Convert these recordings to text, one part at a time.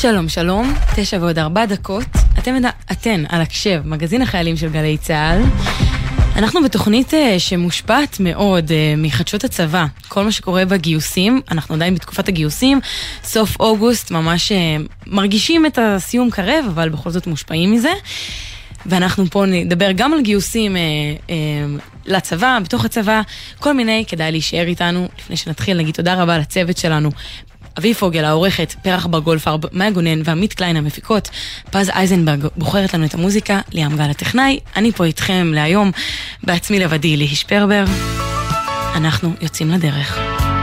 שלום, שלום, 9:04. אתן על הקשב, מגזין החיילים של גלי צה"ל. אנחנו בתוכנית שמושפעת מאוד מחדשות הצבא. כל מה שקורה בגיוסים, אנחנו עדיין בתקופת הגיוסים, סוף אוגוסט ממש מרגישים את הסיום קרב, אבל בכל זאת מושפעים מזה. ואנחנו פה נדבר גם על גיוסים לצבא, בתוך הצבא, כל מיני, כדאי להישאר איתנו. לפני שנתחיל, נגיד תודה רבה לצוות שלנו. אבי פוגל, העורכת, פרח ברגולפר, מאיה גונן ועמית קליין המפיקות, פז אייזנברג בוחרת לנו את המוזיקה, ליאם גל הטכנאי. אני פה איתכם להיום, בעצמי לבדי, ליהי שפרבר. אנחנו יוצאים לדרך.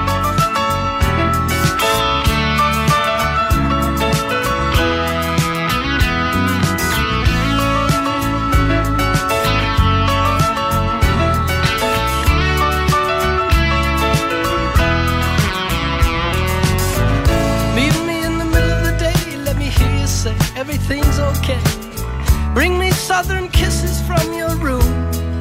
Everything's okay. Bring me southern kisses from your room.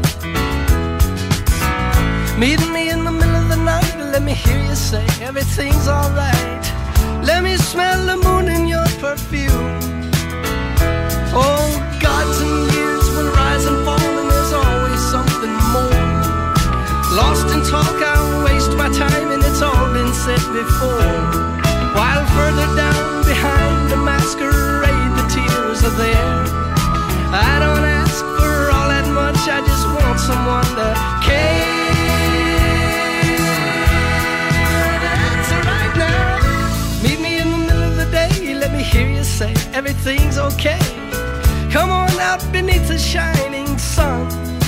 Meet me in the middle of the night and let me hear you say everything's alright. Let me smell the moon in your perfume. Oh, gods and years will rise and fall and there's always something more. Lost in talk, I'll waste my time and it's all been said before. While further down behind the masquerade, the tears are there. I don't ask for all that much, I just want someone to care. That's right now. Meet me in the middle of the day, let me hear you say everything's okay. Come on out beneath the shining sun.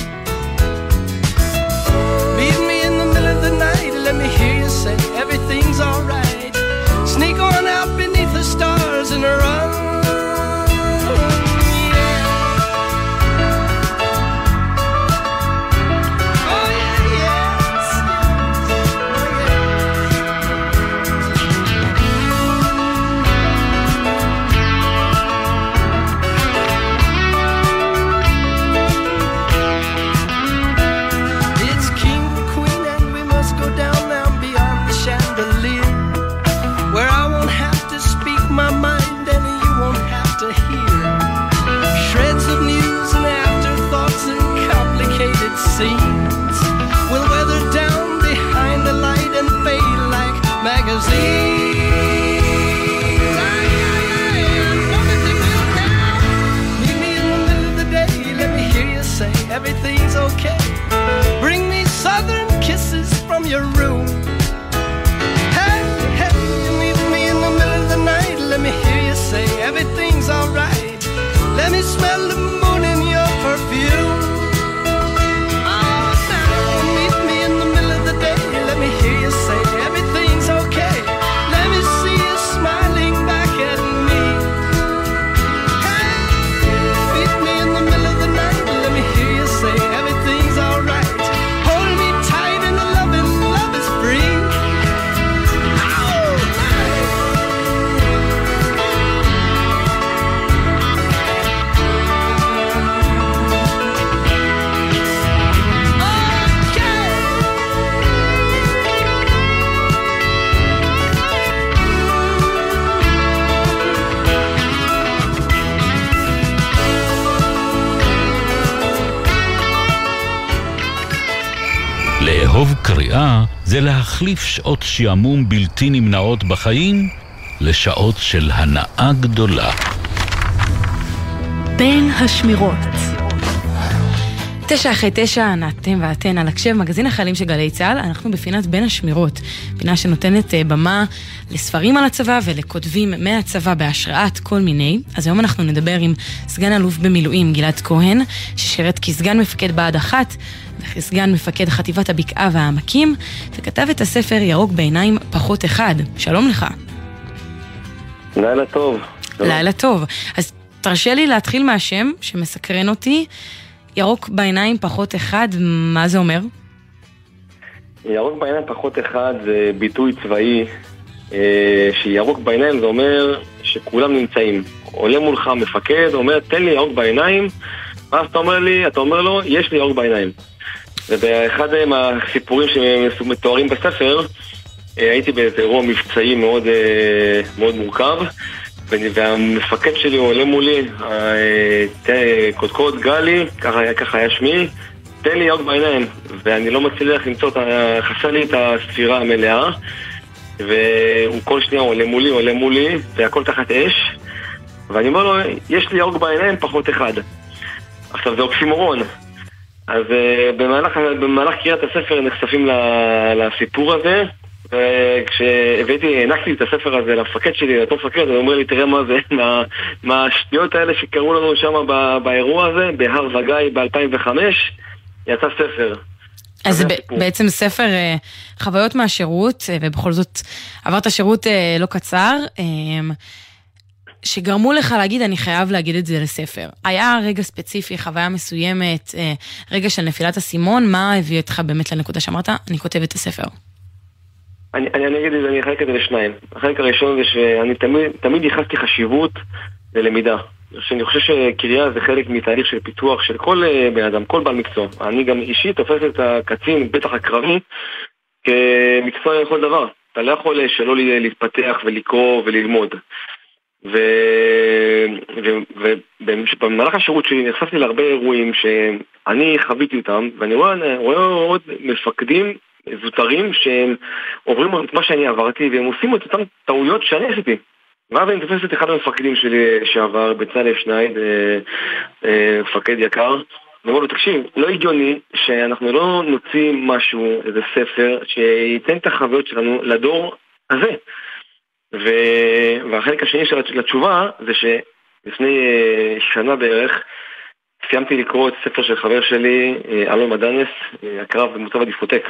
Meet me in the middle of the night, let me hear you say everything's alright. Sneak on out beneath the stars and run. We'll weather down behind the light and fade like magazines. Meet me in the middle of the day, let me hear you say everything's okay. Bring me southern kisses from your room. Hey, hey, meet me in the middle of the night, let me hear you say everything's alright. Let me smell the moon in your perfume. Let me hear you say everything's okay. Let me see you smiling back at me. Hey, meet me in the middle of the night. Let me hear you say everything's alright. Hold me tight and love is free. לאהוב קריאה זה להחליף שעות שעמום בלתי נמנעות בחיים לשעות של הנאה גדולה. בין השמירות 9:09, אתם ואתן על הקשב, מגזין החיילים של גלי צה"ל. אנחנו בפינת בין השמירות, פינה שנותנת במה לספרים על הצבא ולכותבים מהצבא בהשראת כל מיני. אז היום אנחנו נדבר עם סגן אלוף במילואים גלעד כהן, ששירת כסגן מפקד בה"ד 1 וכסגן מפקד חטיבת הבקעה והעמקים, וכתב את הספר ירוק בעיניים פחות אחד. שלום לך. לילה טוב. לילה טוב. אז תרשה לי להתחיל מהשם שמסקרן אותי. ירוק בעיניים פחות אחד, מה זה אומר? ירוק בעיניים פחות אחד זה ביטוי צבאי, שירוק בעיניים זה אומר שכולם נמצאים. עולה מולך מפקד, אומר תן לי ירוק בעיניים, ואז אתה אומר לי, אתה אומר לו יש לי ירוק בעיניים. ובאחד מהסיפורים שמתוארים בספר, הייתי באיזה אירוע מבצעי מאוד, מאוד מורכב, והמפקד שלי עולה מולי, קודקוד גלי, ככה היה שמי, תן לי ירוק בעיניים, ואני לא מצליח למצוא, חסר לי את הספירה המלאה, והוא כל שנייה עולה מולי, והכל תחת אש, ואני אומר לו, יש לי ירוק בעיניים פחות אחד. עכשיו זה אוקסימורון. אז במהלך קריאת הספר נחשפים לסיפור הזה, הענקתי את הספר הזה למפקד שלי, לאותו מפקד, הוא אומר לי, תראה מה זה, מהשטויות האלה שקראו לנו שם באירוע הזה, בהר וגיא ב-2005, יצא ספר. אז זה בעצם ספר חוויות מהשירות, ובכל זאת עברת שירות לא קצר, שגרמו לך להגיד, אני חייב להגיד את זה לספר. היה רגע ספציפי, חוויה מסוימת, רגע של נפילת הסימון, מה הביא אותך באמת לנקודה שאמרת? אני כותב את הספר. אני אגיד את זה, אני אחלק את זה לשניים. החלק הראשון זה שאני תמיד ייחסתי חשיבות ללמידה. שאני חושב שקריאה זה חלק מתהליך של פיתוח של כל בן אדם, כל בעל מקצוע. אני גם אישית תופס את הקצין, בטח הקרבי, כמקצוע לכל דבר. אתה לא יכול שלא להתפתח ולקרוא וללמוד. ובמהלך השירות שלי נחשפתי להרבה אירועים שאני חוויתי אותם, ואני רואה עוד מפקדים זוטרים שהם עוברים את מה שאני עברתי, והם עושים את אותם טעויות שאני עשיתי. ואז אני תופס את אחד המפקדים שלי שעבר, בצלאל שנייד, מפקד יקר, ואומר לו, תקשיב, לא הגיוני שאנחנו לא נוציא משהו, איזה ספר, שייתן את החוויות שלנו לדור הזה. והחלק השני של התשובה זה שלפני שנה בערך סיימתי לקרוא את ספר של חבר שלי, אלון מדנס, הקרב במוצב הדיסקוטק.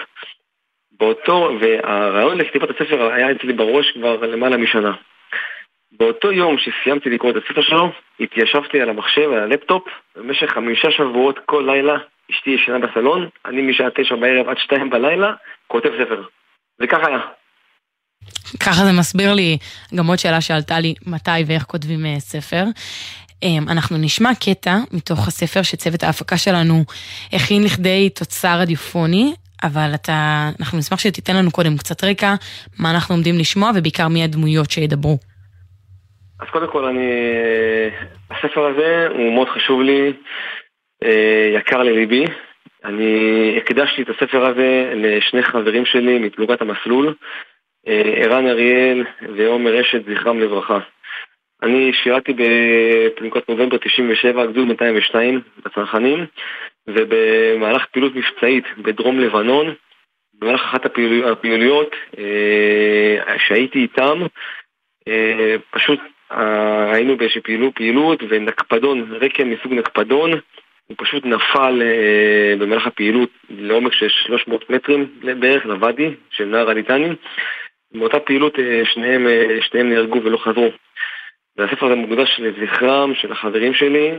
והרעיון לכתיבת הספר היה אצלי בראש כבר למעלה משנה. באותו יום שסיימתי לקרוא את הספר שלו, התיישבתי על המחשב, על הלפטופ, במשך 5 שבועות כל לילה, אשתי ישנה בסלון, אני משעה 9 בערב עד 2 בלילה, כותב ספר. וככה היה. ככה זה מסביר לי גם עוד שאלה שעלתה לי, מתי ואיך כותבים ספר. אנחנו נשמע קטע מתוך הספר שצוות ההפקה שלנו הכין לכדי תוצר רדיופוני, אבל אנחנו נשמח שתיתן לנו קודם קצת רקע, מה אנחנו עומדים לשמוע ובעיקר מי הדמויות שידברו. אז קודם כל הספר הזה הוא מאוד חשוב לי, יקר לליבי. אני הקדשתי את הספר הזה לשני חברים שלי מפלוגת המסלול, ערן אריאל ועומר אשת, זכרם לברכה. אני שירתי בפלוגת נובמבר 97, גדוד 202 בצנחנים, ובמהלך פעילות מבצעית בדרום לבנון, במהלך אחת הפעילויות שהייתי איתם, פשוט ראינו באיזושהי פעילות ונקפדון, רקם מסוג נקפדון, הוא פשוט נפל במהלך הפעילות לעומק של 300 מטרים בערך לוואדי של נהר הליטני. באותה פעילות שניהם נהרגו ולא חזרו. והספר הזה מוקדש לזכרם של החברים שלי,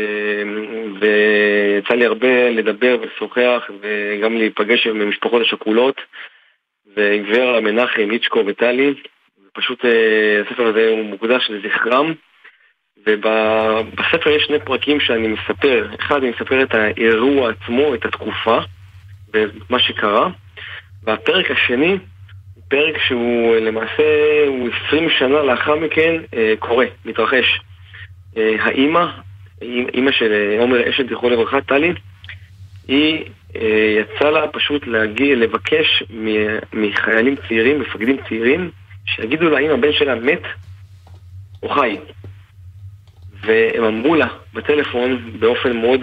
ויצא לי הרבה לדבר ולשוחח וגם להיפגש עם המשפחות השכולות, וגברה מנחם, איצ'קו וטלי. פשוט הספר הזה הוא מוקדש לזכרם, ובספר יש 2 פרקים שאני מספר. אחד, אני מספר את האירוע עצמו, את התקופה ומה שקרה, והפרק השני הוא פרק שהוא למעשה הוא 20 שנה לאחר מכן קורה, מתרחש. האמא של עומר אשת, זכרו לברכה, טלי, היא יצא לה פשוט לבקש מחיילים צעירים, מפקדים צעירים, שיגידו לה אם הבן שלה מת או חי. והם אמרו לה בטלפון באופן מאוד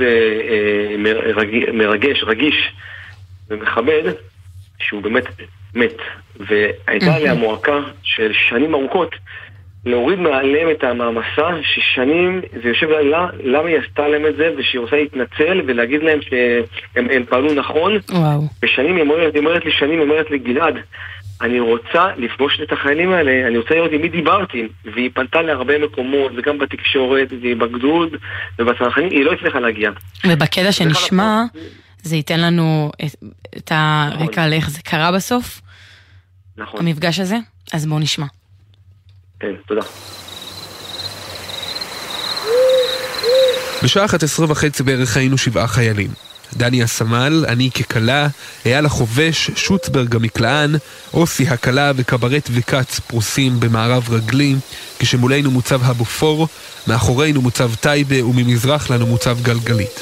מרגש, רגיש ומכבד, שהוא באמת מת. והייתה עליה מועקה של שנים ארוכות להוריד מעליהם את המעמסה ששנים זה יושב לה, למה היא עשתה להם את זה, ושהיא רוצה להתנצל ולהגיד להם שהם פעלו נכון. ושנים היא אומרת לי, גלעד, אני רוצה לפגוש את החיילים האלה, אני רוצה לראות עם מי דיברתי, והיא פנתה להרבה מקומות, וגם בתקשורת, ובגדוד, ובצנחנים, היא לא הצליחה להגיע. ובקטע שנשמע, זה ייתן לנו את הרקע על איך זה קרה בסוף, נכון. המפגש הזה, אז בואו נשמע. כן, תודה. בשעה 11:30 בערך היינו 7 חיילים. דני הסמל, אני כקלה, אייל החובש, שוטברג המקלען, אוסי הקלה וקברט וקץ פרוסים במערב רגלי, כשמולנו מוצב הבופור, מאחורינו מוצב טייבה וממזרח לנו מוצב גלגלית.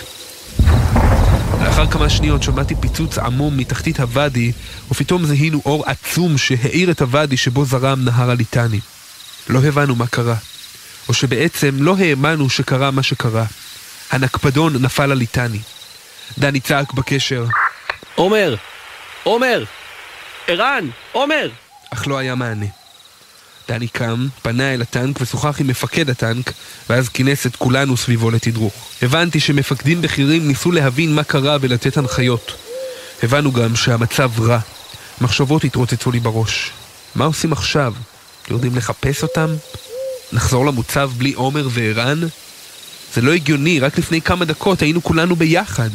לאחר כמה שניות שמעתי פיצוץ עמום מתחתית הוואדי, ופתאום זהינו אור עצום שהאיר את הוואדי שבו זרם נהר הליטני. לא הבנו מה קרה, או שבעצם לא האמנו שקרה מה שקרה. הנקפדון נפל על ליטני. דני צעק בקשר, עומר! עומר! ערן! עומר! אך לא היה מענה. דני קם, פנה אל הטנק ושוחח עם מפקד הטנק, ואז כינס את כולנו סביבו לתדרוך. הבנתי שמפקדים בכירים ניסו להבין מה קרה ולתת הנחיות. הבנו גם שהמצב רע. מחשבות התרוצצו לי בראש. מה עושים עכשיו? יורדים לחפש אותם? נחזור למוצב בלי עומר וערן? זה לא הגיוני, רק לפני כמה דקות היינו כולנו ביחד.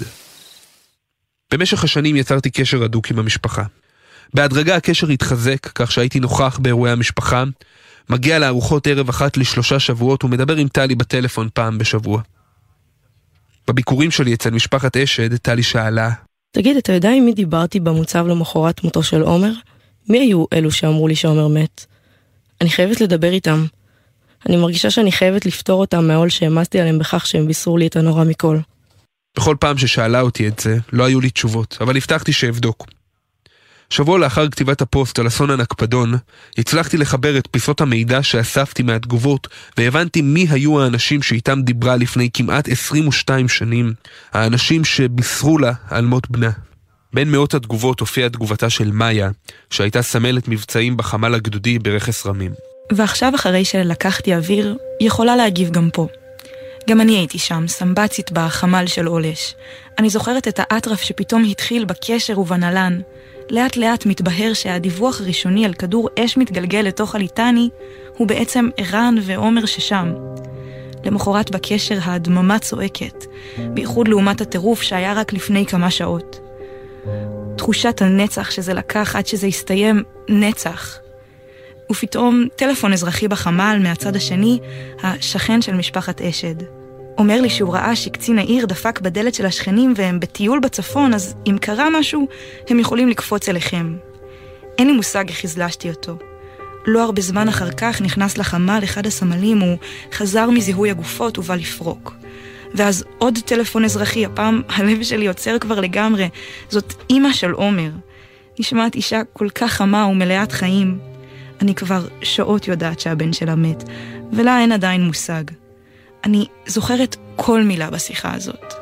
במשך השנים יצרתי קשר הדוק עם המשפחה. בהדרגה הקשר התחזק, כך שהייתי נוכח באירועי המשפחה, מגיע לארוחות ערב אחת ל3 שבועות ומדבר עם טלי בטלפון פעם בשבוע. בביקורים שלי אצל משפחת אשד, טלי שאלה, תגיד, אתה יודע עם מי דיברתי במוצב למחרת מותו של עומר? מי היו אלו שאמרו לי שעומר מת? אני חייבת לדבר איתם. אני מרגישה שאני חייבת לפתור אותם מהעול שהמסתי עליהם בכך שהם בישרו לי את הנורא מכל. בכל פעם ששאלה אותי את זה, לא היו לי תשובות, אבל הבטחתי שאבדוק. שבוע לאחר כתיבת הפוסט על אסון הנקפדון, הצלחתי לחבר את פיסות המידע שאספתי מהתגובות, והבנתי מי היו האנשים שאיתם דיברה לפני כמעט 22 שנים, האנשים שבישרו לה על מות בנה. בין מאות התגובות הופיעה תגובתה של מאיה, שהייתה סמלת מבצעים בחמ"ל הגדודי ברכס רמים. ועכשיו אחרי שלקחתי אוויר, יכולה להגיב גם פה. גם אני הייתי שם, סמבצית בחמ"ל של אולש. אני זוכרת את האטרף שפתאום התחיל בקשר ובנלן. לאט לאט מתבהר שהדיווח הראשוני על כדור אש מתגלגל לתוך הליטני, הוא בעצם ערן ועומר ששם. למחרת בקשר הדממה צועקת, בייחוד לעומת הטירוף שהיה רק לפני כמה שעות. תחושת הנצח שזה לקח עד שזה הסתיים נצח. ופתאום טלפון אזרחי בחמ"ל מהצד השני, השכן של משפחת אשד. אומר לי שהוא ראה שקצין העיר דפק בדלת של השכנים והם בטיול בצפון, אז אם קרה משהו, הם יכולים לקפוץ אליכם. אין לי מושג איך הזלשתי אותו. לא הרבה זמן אחר כך נכנס לחמ"ל אחד הסמלים, הוא חזר מזיהוי הגופות ובא לפרוק. ואז עוד טלפון אזרחי, הפעם הלב שלי יוצר כבר לגמרי. זאת אמא של עומר. נשמעת אישה כל כך חמה ומלאת חיים. אני כבר שעות יודעת שהבן שלה מת, ולה אין עדיין מושג. אני זוכרת כל מילה בשיחה הזאת.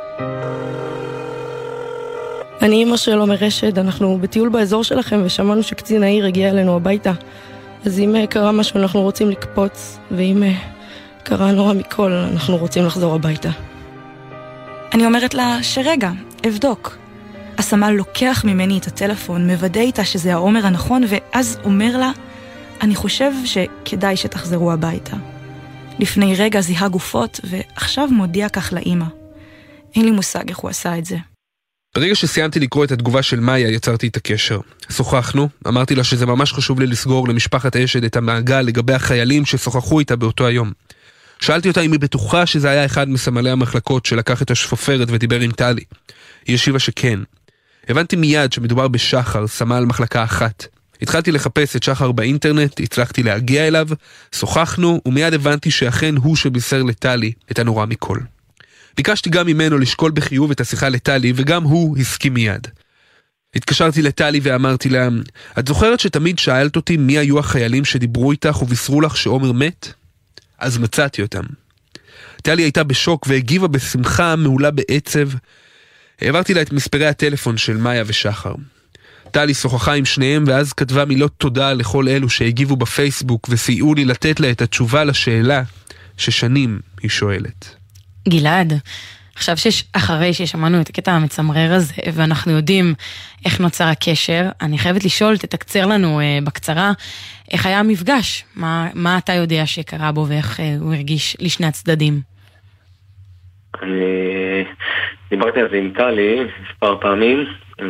אני אמא של עומר אשד, אנחנו בטיול באזור שלכם ושמענו שקצין העיר הגיע אלינו הביתה. אז אם קרה משהו אנחנו רוצים לקפוץ, ואם קרה נורא מכל אנחנו רוצים לחזור הביתה. אני אומרת לה שרגע, אבדוק. הסמל לוקח ממני את הטלפון, מוודא איתה שזה העומר הנכון, ואז אומר לה, אני חושב שכדאי שתחזרו הביתה. לפני רגע זיהה גופות, ועכשיו מודיע כך לאמא. אין לי מושג איך הוא עשה את זה. ברגע שסיימתי לקרוא את התגובה של מאיה, יצרתי את הקשר. שוחחנו, אמרתי לה שזה ממש חשוב לי לסגור למשפחת אשד את המעגל לגבי החיילים ששוחחו איתה באותו היום. שאלתי אותה אם היא בטוחה שזה היה אחד מסמלי המחלקות שלקח את השפופרת ודיבר עם טלי. היא השיבה שכן. הבנתי מיד שמדובר בשחר, סמל מחלקה אחת. התחלתי לחפש את שחר באינטרנט, הצלחתי להגיע אליו, שוחחנו, ומיד הבנתי שאכן הוא שבישר לטלי את הנורא מכל. ביקשתי גם ממנו לשקול בחיוב את השיחה לטלי, וגם הוא הסכים מיד. התקשרתי לטלי ואמרתי לה, את זוכרת שתמיד שאלת אותי מי היו החיילים שדיברו איתך ובישרו לך שעומר מת? אז מצאתי אותם. טלי הייתה בשוק והגיבה בשמחה מעולה בעצב. העברתי לה את מספרי הטלפון של מאיה ושחר. טלי שוחחה עם שניהם ואז כתבה מילות תודה לכל אלו שהגיבו בפייסבוק וסייעו לי לתת לה את התשובה לשאלה ששנים היא שואלת. גלעד, עכשיו אחרי ששמענו את הקטע המצמרר הזה ואנחנו יודעים איך נוצר הקשר, אני חייבת לשאול, תתקצר לנו בקצרה, איך היה המפגש? מה אתה יודע שקרה בו ואיך הוא הרגיש לשני הצדדים? אני דיברתי על זה עם טלי מספר פעמים,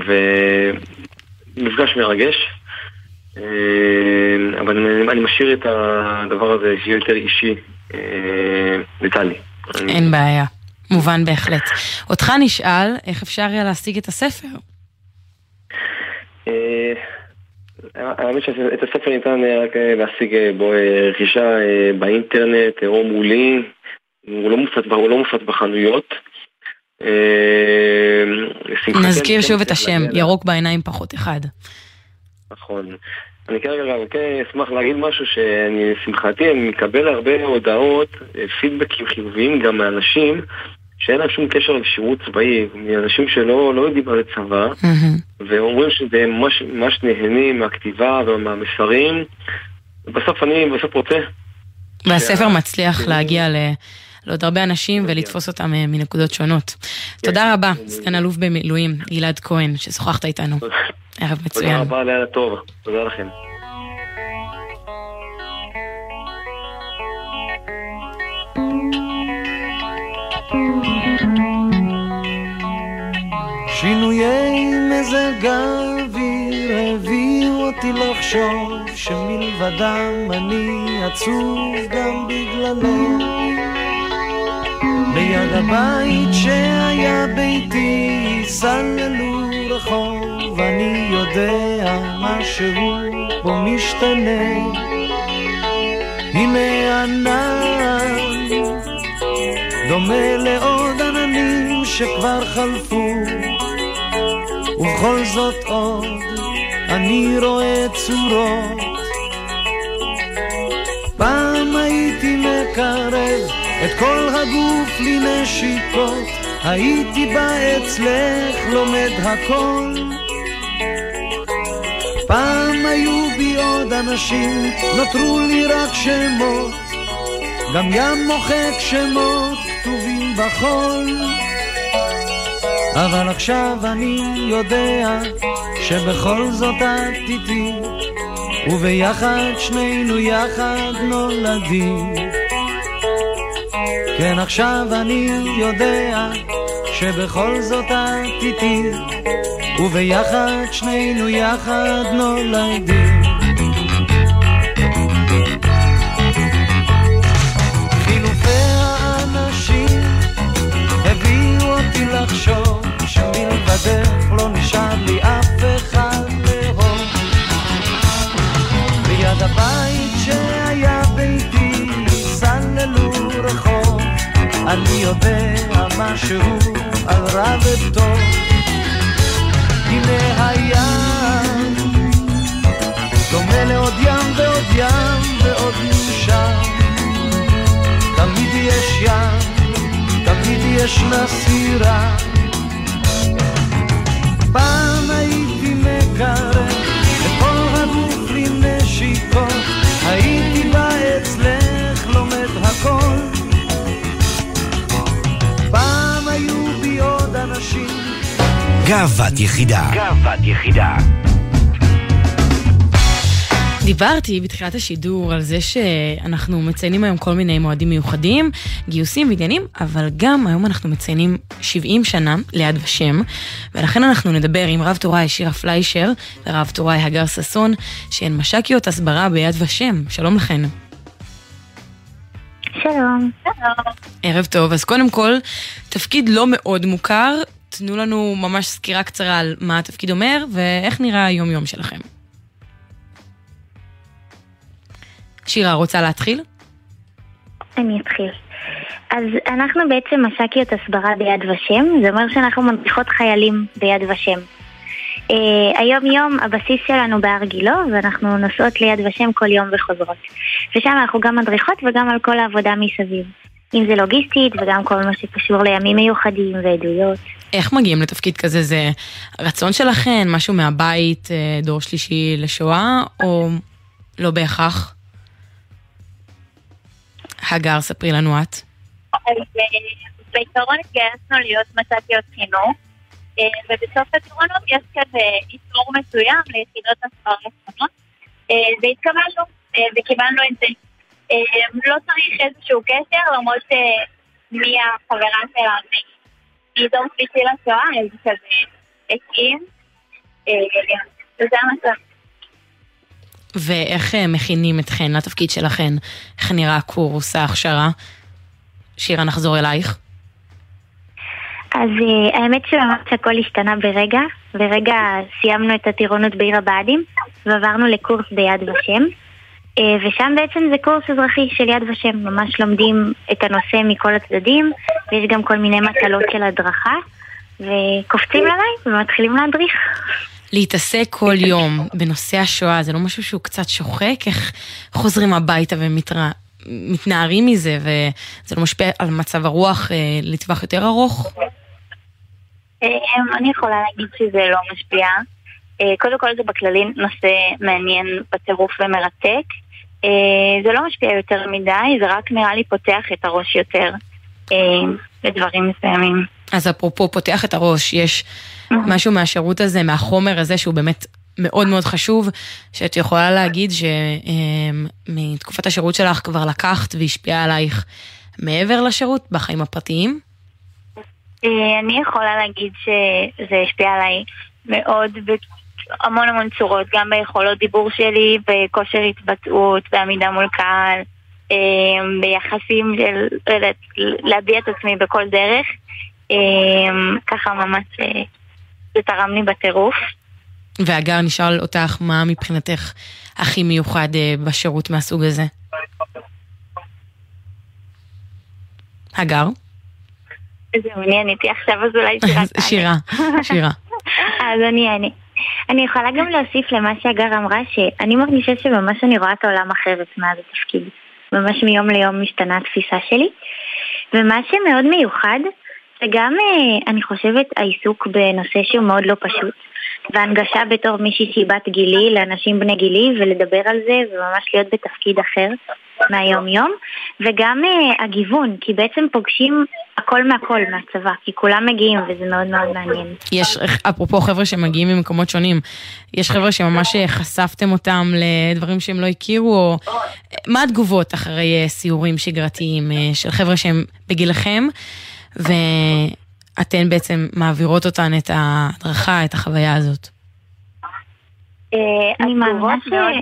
ומפגש מרגש, אבל אני משאיר את הדבר הזה שיהיה יותר אישי לטלי. אין בעיה. מובן בהחלט. אותך נשאל, איך אפשר להשיג את הספר? האמת שאת הספר ניתן רק להשיג בו רכישה באינטרנט או מולי, הוא לא מופץ בחנויות. נזכיר שוב את השם, ירוק בעיניים פחות אחד. נכון. אני כרגע אשמח להגיד משהו שאני שמחתי, אני מקבל הרבה הודעות, פידבקים חיוביים גם מאנשים שאין להם שום קשר לשירות צבאי, מאנשים שלא יודעים על הצבא, ואומרים שזה ממש נהנים מהכתיבה ומהמסרים, ובסוף אני רוצה. והספר מצליח להגיע לעוד הרבה אנשים ולתפוס אותם מנקודות שונות. תודה רבה, סגן אלוף במילואים, גלעד כהן, ששוחחת איתנו. ערב מצוין. תודה רבה, לילה טוב. תודה לכם. שינויי מזג האוויר הביאו אותי לחשוב שמלבדם אני עצוב גם בגללו. ליד הבית שהיה ביתי סללו רחוב, אני יודע משהו בו משתנה. הנה ענן דומה לעוד עננים שכבר חלפו, ובכל זאת עוד אני רואה צורות. פעם הייתי מקרב את כל הגוף לנשיקות, הייתי בא אצלך לומד הכל. פעם היו בי עוד אנשים, נותרו לי רק שמות, גם ים מוחק שמות כתובים בחול. אבל עכשיו אני יודע שבכל זאת את איתי, וביחד שנינו יחד נולדים. כן, עכשיו אני יודע שבכל זאת את איתי, וביחד שנינו יחד נולדים. חילופי האנשים הביאו אותי לחשוב שמלבדך לא נשאר לי אף אחד לאהוב. ביד הבית שהיה ביתי סללו רחוב, אני יודע משהו על רע וטוב. הנה הים דומה לעוד ים ועוד ים ועוד נמשם, תמיד יש ים, תמיד יש נסירה. פעם הייתי מקרב את כל הגוף לנשיקות, הייתי בא אצלך לומד הכל. פעם היו בי עוד אנשים. גאוות יחידה. גאוות יחידה. דיברתי בתחילת השידור על זה שאנחנו מציינים היום כל מיני מועדים מיוחדים, גיוסים ועניינים, אבל גם היום אנחנו מציינים 70 שנה ליד ושם, ולכן אנחנו נדבר עם רב תוראי שירה פליישר ורב תוראי הגר ששון, שהן מש"קיות הסברה ביד ושם. שלום לכן. שלום. ערב טוב. אז קודם כל, תפקיד לא מאוד מוכר, תנו לנו ממש סקירה קצרה על מה התפקיד אומר ואיך נראה היום-יום שלכם. שירה, רוצה להתחיל? אני אתחיל. אז אנחנו בעצם מש"קיות הסברה ביד ושם, זה אומר שאנחנו מנציחות חיילים ביד ושם. היום יום הבסיס שלנו בהר גילה, ואנחנו נוסעות ליד ושם כל יום וחוזרות. ושם אנחנו גם מדריכות וגם על כל העבודה מסביב. אם זה לוגיסטית וגם כל מה שקשור לימים מיוחדים ועדויות. איך מגיעים לתפקיד כזה? זה רצון שלכם, משהו מהבית, דור שלישי לשואה, או לא בהכרח? הגר, ספרי לנו את. בעיקרון התגייסנו להיות מש"קיות חינוך, ובסוף הטירונות יש כזה איתור מסוים ליחידות הסברה שונות, והתקבלנו וקיבלנו את זה. לא צריך איזשהו קשר, למרות מי החברה שלנו היא דור שלישי לשואה, איזה כזה הקים, וזה המצב. ואיך מכינים אתכן לתפקיד שלכן? איך נראה הקורס, ההכשרה? שירה, נחזור אלייך. אז האמת שממש הכל השתנה ברגע סיימנו את הטירונות בעיר הבה"דים ועברנו לקורס ביד ושם, ושם בעצם זה קורס אזרחי של יד ושם, ממש לומדים את הנושא מכל הצדדים, ויש גם כל מיני מטלות של הדרכה, וקופצים למים ומתחילים להדריך. להתעסק כל יום בנושא השואה, זה לא משהו שהוא קצת שוחק? איך חוזרים הביתה ומתנערים מזה, וזה לא משפיע על מצב הרוח לטווח יותר ארוך? אני יכולה להגיד שזה לא משפיע. קודם כל זה בכללי נושא מעניין בטירוף ומרתק. זה לא משפיע יותר מדי, זה רק נראה לי פותח את הראש יותר לדברים מסוימים. אז אפרופו פותח את הראש, יש משהו מהשירות הזה, מהחומר הזה שהוא באמת מאוד מאוד חשוב, שאת יכולה להגיד שמתקופת השירות שלך כבר לקחת והשפיעה עלייך מעבר לשירות בחיים הפרטיים? אני יכולה להגיד שזה השפיע עליי מאוד המון צורות, גם ביכולות דיבור שלי, בכושר התבטאות, בעמידה מול קהל, ביחסים של להביע את עצמי בכל דרך. ככה ממש זה תרם לי בטירוף. והגר, נשאל אותך, מה מבחינתך הכי מיוחד בשירות מהסוג הזה? הגר? זהו, אני עניתי עכשיו, אז אולי שירה. אז אני יכולה גם להוסיף למה שהגר אמרה, שאני מרגישה שממש אני רואה את העולם אחרת מאז התפקיד. ממש מיום ליום משתנה התפיסה שלי. ומה שמאוד מיוחד, וגם אני חושבת העיסוק בנושא שהוא מאוד לא פשוט, והנגשה בתור מישהי שהיא בת גילי לאנשים בני גילי, ולדבר על זה וממש להיות בתפקיד אחר מהיום יום, וגם הגיוון, כי בעצם פוגשים הכל מהכל מהצבא, כי כולם מגיעים וזה מאוד מאוד מעניין. יש, אפרופו חבר'ה שמגיעים ממקומות שונים, יש חבר'ה שממש חשפתם אותם לדברים שהם לא הכירו, או מה התגובות אחרי סיורים שגרתיים של חבר'ה שהם בגילכם, ואתן בעצם מעבירות אותן את ההדרכה, את החוויה הזאת? אני מאמינה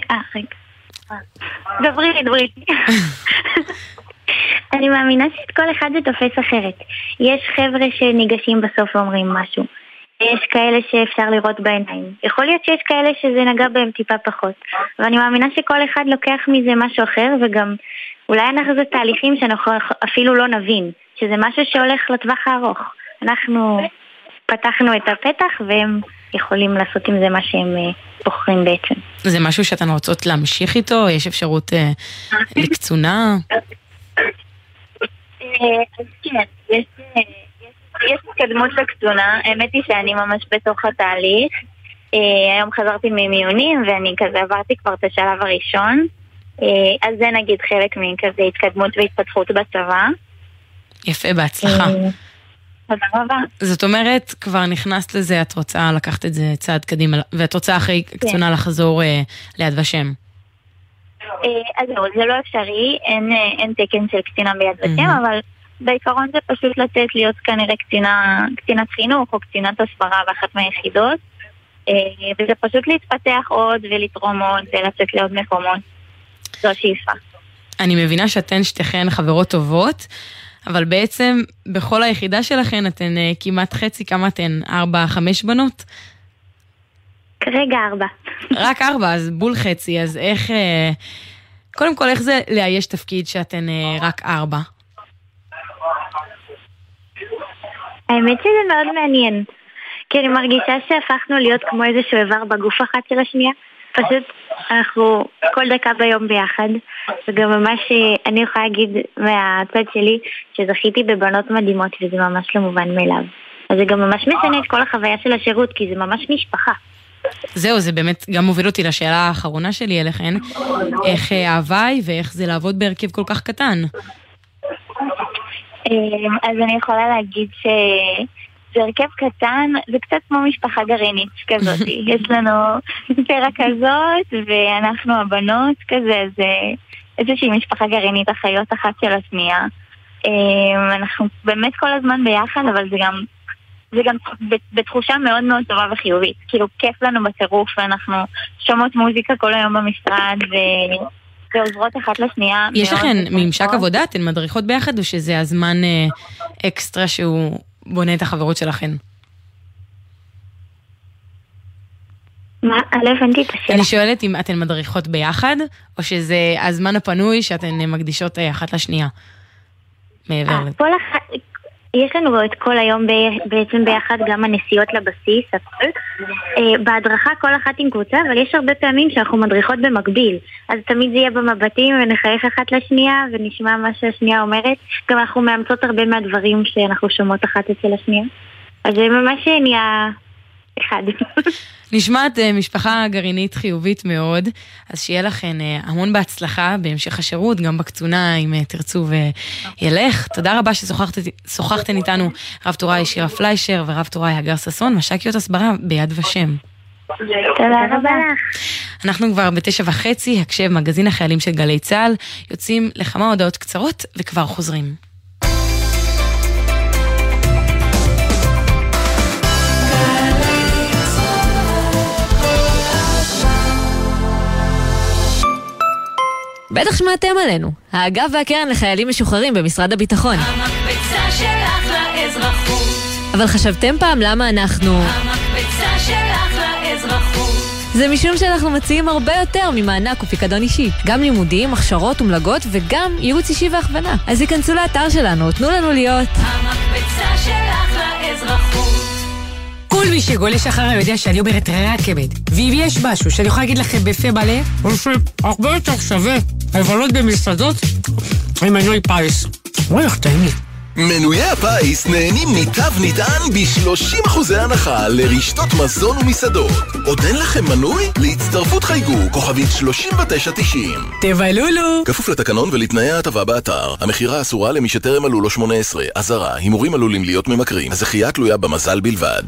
דברי. אני מאמינה שאת כל אחד זה תופס אחרת. יש חבר'ה שניגשים בסוף ואומרים משהו. יש כאלה שאפשר לראות בעיניים. יכול להיות שיש כאלה שזה נגע בהם טיפה פחות. ואני מאמינה שכל אחד לוקח מזה משהו אחר, וגם אולי אנחנו זה תהליכים שאנחנו אפילו לא נבין, שזה משהו שהולך לטווח הארוך. אנחנו פתחנו את הפתח והם יכולים לעשות עם זה מה שהם בוחרים בעצם. זה משהו שאתן רוצות להמשיך איתו? יש אפשרות לקצונה? אז כן, יש התקדמות לקצונה. האמת היא שאני ממש בתוך התהליך. היום חזרתי ממיונים ואני כזה עברתי כבר את השלב הראשון. אז זה נגיד חלק מכזה התקדמות והתפתחות בצבא. יפה, בהצלחה. תודה רבה. זאת אומרת, כבר נכנסת לזה, את רוצה לקחת את זה צעד קדימה, ואת רוצה אחרי קצונה לחזור ליד ושם. אז זה לא אפשרי, אין תקן של קצינה ביד ושם, אבל בעיקרון זה פשוט לתת להיות כנראה קצינת חינוך או קצינת הסברה באחת מהיחידות, וזה פשוט להתפתח עוד ולתרום עוד ולצאת לעוד מקומות. זו שאיפה. אני מבינה שאתן שתיכן חברות טובות, אבל בעצם בכל היחידה שלכן אתן כמעט חצי, כמה אתן? 4-5 בנות? כרגע 4. רק 4, אז בול חצי, אז איך... קודם כל, איך זה לאייש תפקיד שאתן רק 4? האמת שזה מאוד מעניין, כי אני מרגישה שהפכנו להיות כמו איזשהו איבר בגוף אחת של השנייה. פשוט אנחנו כל דקה ביום ביחד, וגם ממש אני יכולה להגיד מהצד שלי שזכיתי בבנות מדהימות וזה ממש לא מובן מאליו. אז זה גם ממש משנה את כל החוויה של השירות, כי זה ממש משפחה. זהו, זה באמת גם מוביל אותי לשאלה האחרונה שלי אליכן, איך ההוואי ואיך זה לעבוד בהרכב כל כך קטן? אז אני יכולה להגיד זה הרכב קטן, זה קצת כמו משפחה גרעינית כזאת. יש לנו פרה כזאת, ואנחנו הבנות כזה, זה איזושהי משפחה גרעינית, אחיות אחת של השנייה. אנחנו באמת כל הזמן ביחד, אבל זה גם בתחושה מאוד מאוד טובה וחיובית. כאילו כיף לנו בטירוף, ואנחנו שומעות מוזיקה כל היום במשרד, ועוזרות אחת לשנייה. יש לכן ממשק עבודה? אתן מדריכות ביחד, או שזה הזמן אקסטרה שהוא בונה את החברות שלכן? מה? לא הבנתי את השאלה. אני שואלת אם אתן מדריכות ביחד, או שזה הזמן הפנוי שאתן מקדישות אחת לשנייה. מעבר לזה. יש לנו את כל היום בעצם ביחד גם הנסיעות לבסיס, בהדרכה כל אחת עם קבוצה, אבל יש הרבה פעמים שאנחנו מדריכות במקביל, אז תמיד זה יהיה במבטים ונחייך אחת לשנייה ונשמע מה שהשנייה אומרת, גם אנחנו מאמצות הרבה מהדברים שאנחנו שומעות אחת אצל השנייה, אז זה ממש נהיה אחד. נשמעת משפחה גרעינית חיובית מאוד, אז שיהיה לכן המון בהצלחה בהמשך השירות, גם בקצונה אם תרצו וילך. תודה רבה ששוחחתן איתנו רב תוראי שירה פליישר ורב תוראי הגר ששון, מש"קיות הסברה ביד ושם. תודה רבה לך. אנחנו כבר 9:30, הקשב מגזין החיילים של גלי צה"ל, יוצאים לכמה הודעות קצרות וכבר חוזרים. בטח שמעתם עלינו, האגף והקרן לחיילים משוחררים במשרד הביטחון. המקבצה שלך לאזרחות. אבל חשבתם פעם למה אנחנו... המקבצה שלך לאזרחות. זה משום שאנחנו מציעים הרבה יותר ממענק ופיקדון אישי. גם לימודים, הכשרות ומלגות וגם ייעוץ אישי והכוונה. אז היכנסו לאתר שלנו, תנו לנו להיות... המקבצה שלך לאזרחות. כל מי שגולש אחרי יודע שאני אומרת רק אמת. ואם יש משהו שאני יכולה להגיד לכם בפה מלא, או שהרבה יותר שווה לבלות במסעדות עם מנוי פיס. וואי, איך טעים לי. מנויי הפיס נהנים מתו נטען ב-30% הנחה לרשתות מזון ומסעדות. עוד אין לכם מנוי? להצטרפות חייגו, כוכבית 3990. תבלולו! כפוף לתקנון ולתנאי ההטבה באתר. המחירה אסורה למי שטרם מלאו לו 18. אזהרה, הימורים עלולים להיות ממכרים. הזכייה תלויה במזל בלבד.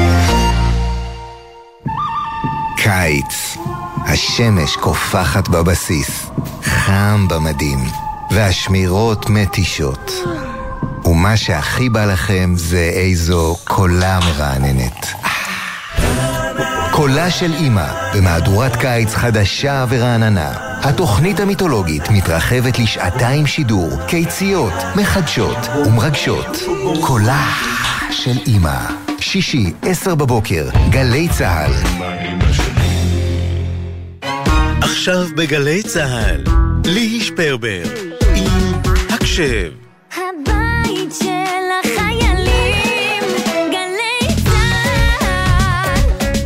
קיץ. השמש קופחת בבסיס. חם במדים. והשמירות מתישות. ומה שהכי בא לכם זה איזו קולה מרעננת. קולה של אמא, במהדורת קיץ חדשה ורעננה. התוכנית המיתולוגית מתרחבת לשעתיים שידור, קיציות, מחדשות ומרגשות. קולה של אמא. שישי, 10 בבוקר, גלי צהל. עכשיו בגלי צהל, ליהי שפרבר, עם הקשב. הבית של החיילים, גלי צהל.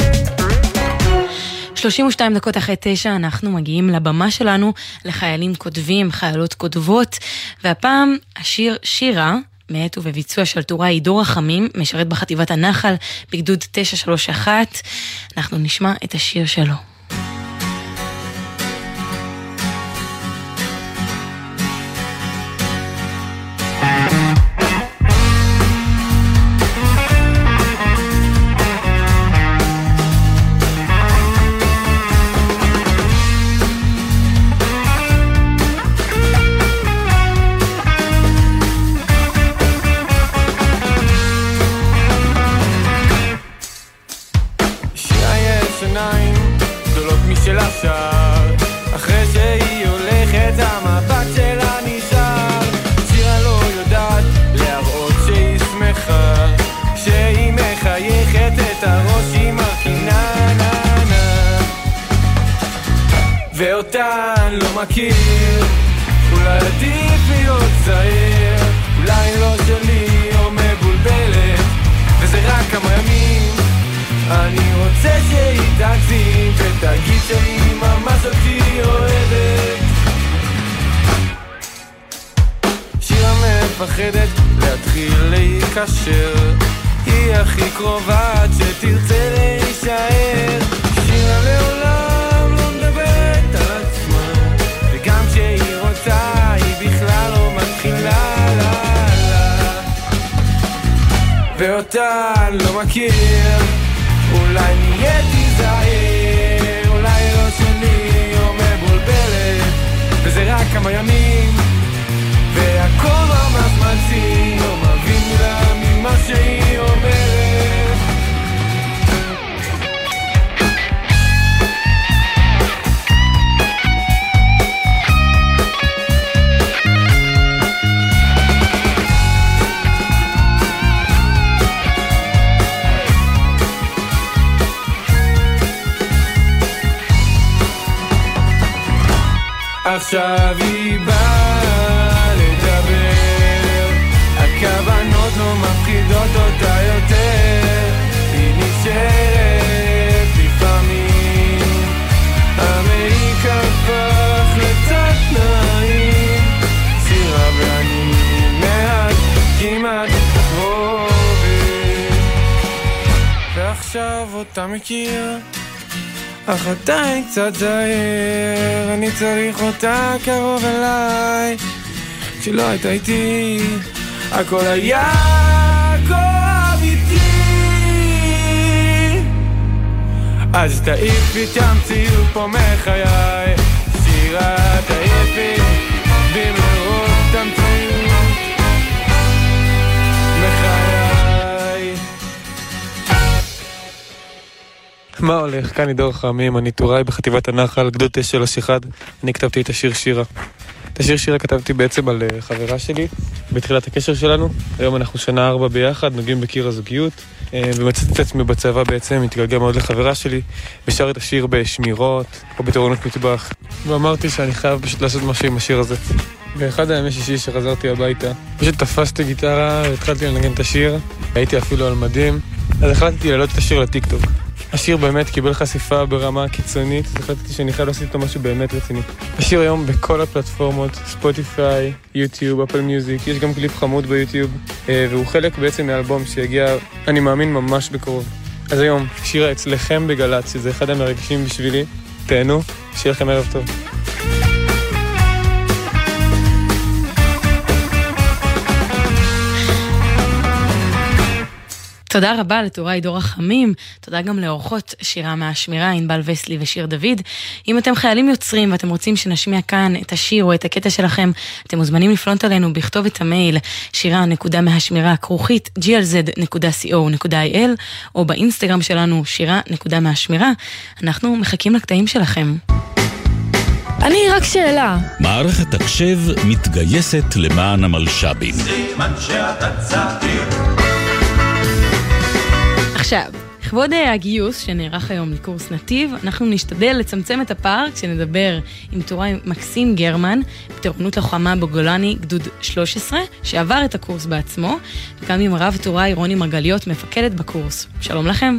32 דקות אחרי 9 אנחנו מגיעים לבמה שלנו לחיילים כותבים, חיילות כותבות, והפעם השיר שירה, מאת ובביצוע של תורה עידו רחמים, משרת בחטיבת הנחל בגדוד 931. אנחנו נשמע את השיר שלו. אחרי שהיא הולכת המבט שלה נשאר. שירה לא יודעת להראות שהיא שמחה, כשהיא מחייכת את הראש היא מרכינה ננה, ואותן לא מכיר. אולי עדיף להיות צעיר, אולי לא שלי או מבולבלת, וזה רק כמה ימים. אני רוצה שהיא תגזים ותגיד שהיא ממש אותי אוהבת. שירה מפחדת להתחיל להיקשר, היא הכי קרובה עד שתרצה להישאר. שירה לעולם לא מדברת על עצמה, וגם כשהיא רוצה היא בכלל לא מתחילה לה לה, ואותן לא מכיר. אולי נהייתי זהיר, אולי לא שלי או מבולבלת, וזה רק כמה ימים, והכל ממש מציא, לא מבין מילה ממה שהיא אומרת. עכשיו היא באה לדבר, הכוונות לא מפחידות אותה יותר, היא נשארת לפעמים, המעיק הפך לצד תנאים, סירה ואני מעט כמעט קרובים, ועכשיו אותה מכיר, אך עדיין קצת זהיר, אני צריך אותה קרוב אליי, כשלא הייתה איתי הכל היה כה אמיתי, אז תעיפי את המציאות פה מחיי, שירה תעיפי במרוב את המציאות מחיי. מה הולך? כאן עידו רחמים, אני טוראי בחטיבת הנחל, גדוד 931. אני כתבתי את השיר שירה. את השיר שירה כתבתי בעצם על חברה שלי בתחילת הקשר שלנו. היום אנחנו שנה 4 ביחד, נוגעים בקיר הזוגיות, ומצאתי את עצמי בצבא בעצם, התגלגל מאוד לחברה שלי, ושר את השיר בשמירות או בתורנות מטבח, ואמרתי שאני חייב פשוט לעשות משהו עם השיר הזה. באחד הימי שישי שחזרתי הביתה, פשוט תפסתי גיטרה והתחלתי לנגן את השיר, הייתי אפילו על מדים, אז החלטתי להעלות את השיר לטיקטוק. השיר באמת קיבל חשיפה ברמה קיצונית, אז החלטתי שאני חייב לעשות איתו משהו באמת רציני. השיר היום בכל הפלטפורמות, ספוטיפיי, יוטיוב, אפל מיוזיק, יש גם קליפ חמוד ביוטיוב, והוא חלק בעצם מאלבום שיגיע, אני מאמין, ממש בקרוב. אז היום, שירה אצלכם בגלץ, שזה אחד המרגשים בשבילי, תהנו, שיהיה לכם ערב טוב. תודה רבה לתוראי עידו רחמים, תודה גם לאורחות שירה מהשמירה, ענבל וסלי ושיר דוד. אם אתם חיילים יוצרים ואתם רוצים שנשמיע כאן את השיר או את הקטע שלכם, אתם מוזמנים לפנות עלינו בכתוב את המייל שירה.מהשמירה@glz.co.il או באינסטגרם שלנו שירה.מהשמירה. אנחנו מחכים לקטעים שלכם. אני רק שאלה. מערכת הקשב מתגייסת למען המלש"בים. סימן שאתה צעיר. עכשיו, לכבוד הגיוס שנערך היום לקורס נתיב, אנחנו נשתדל לצמצם את הפער כשנדבר עם טוראי מקסים גרמן, בטירונות לוחמה בגולני גדוד 13, שעבר את הקורס בעצמו, וגם עם רב טוראי רוני מרגליות, מפקדת בקורס. שלום לכם.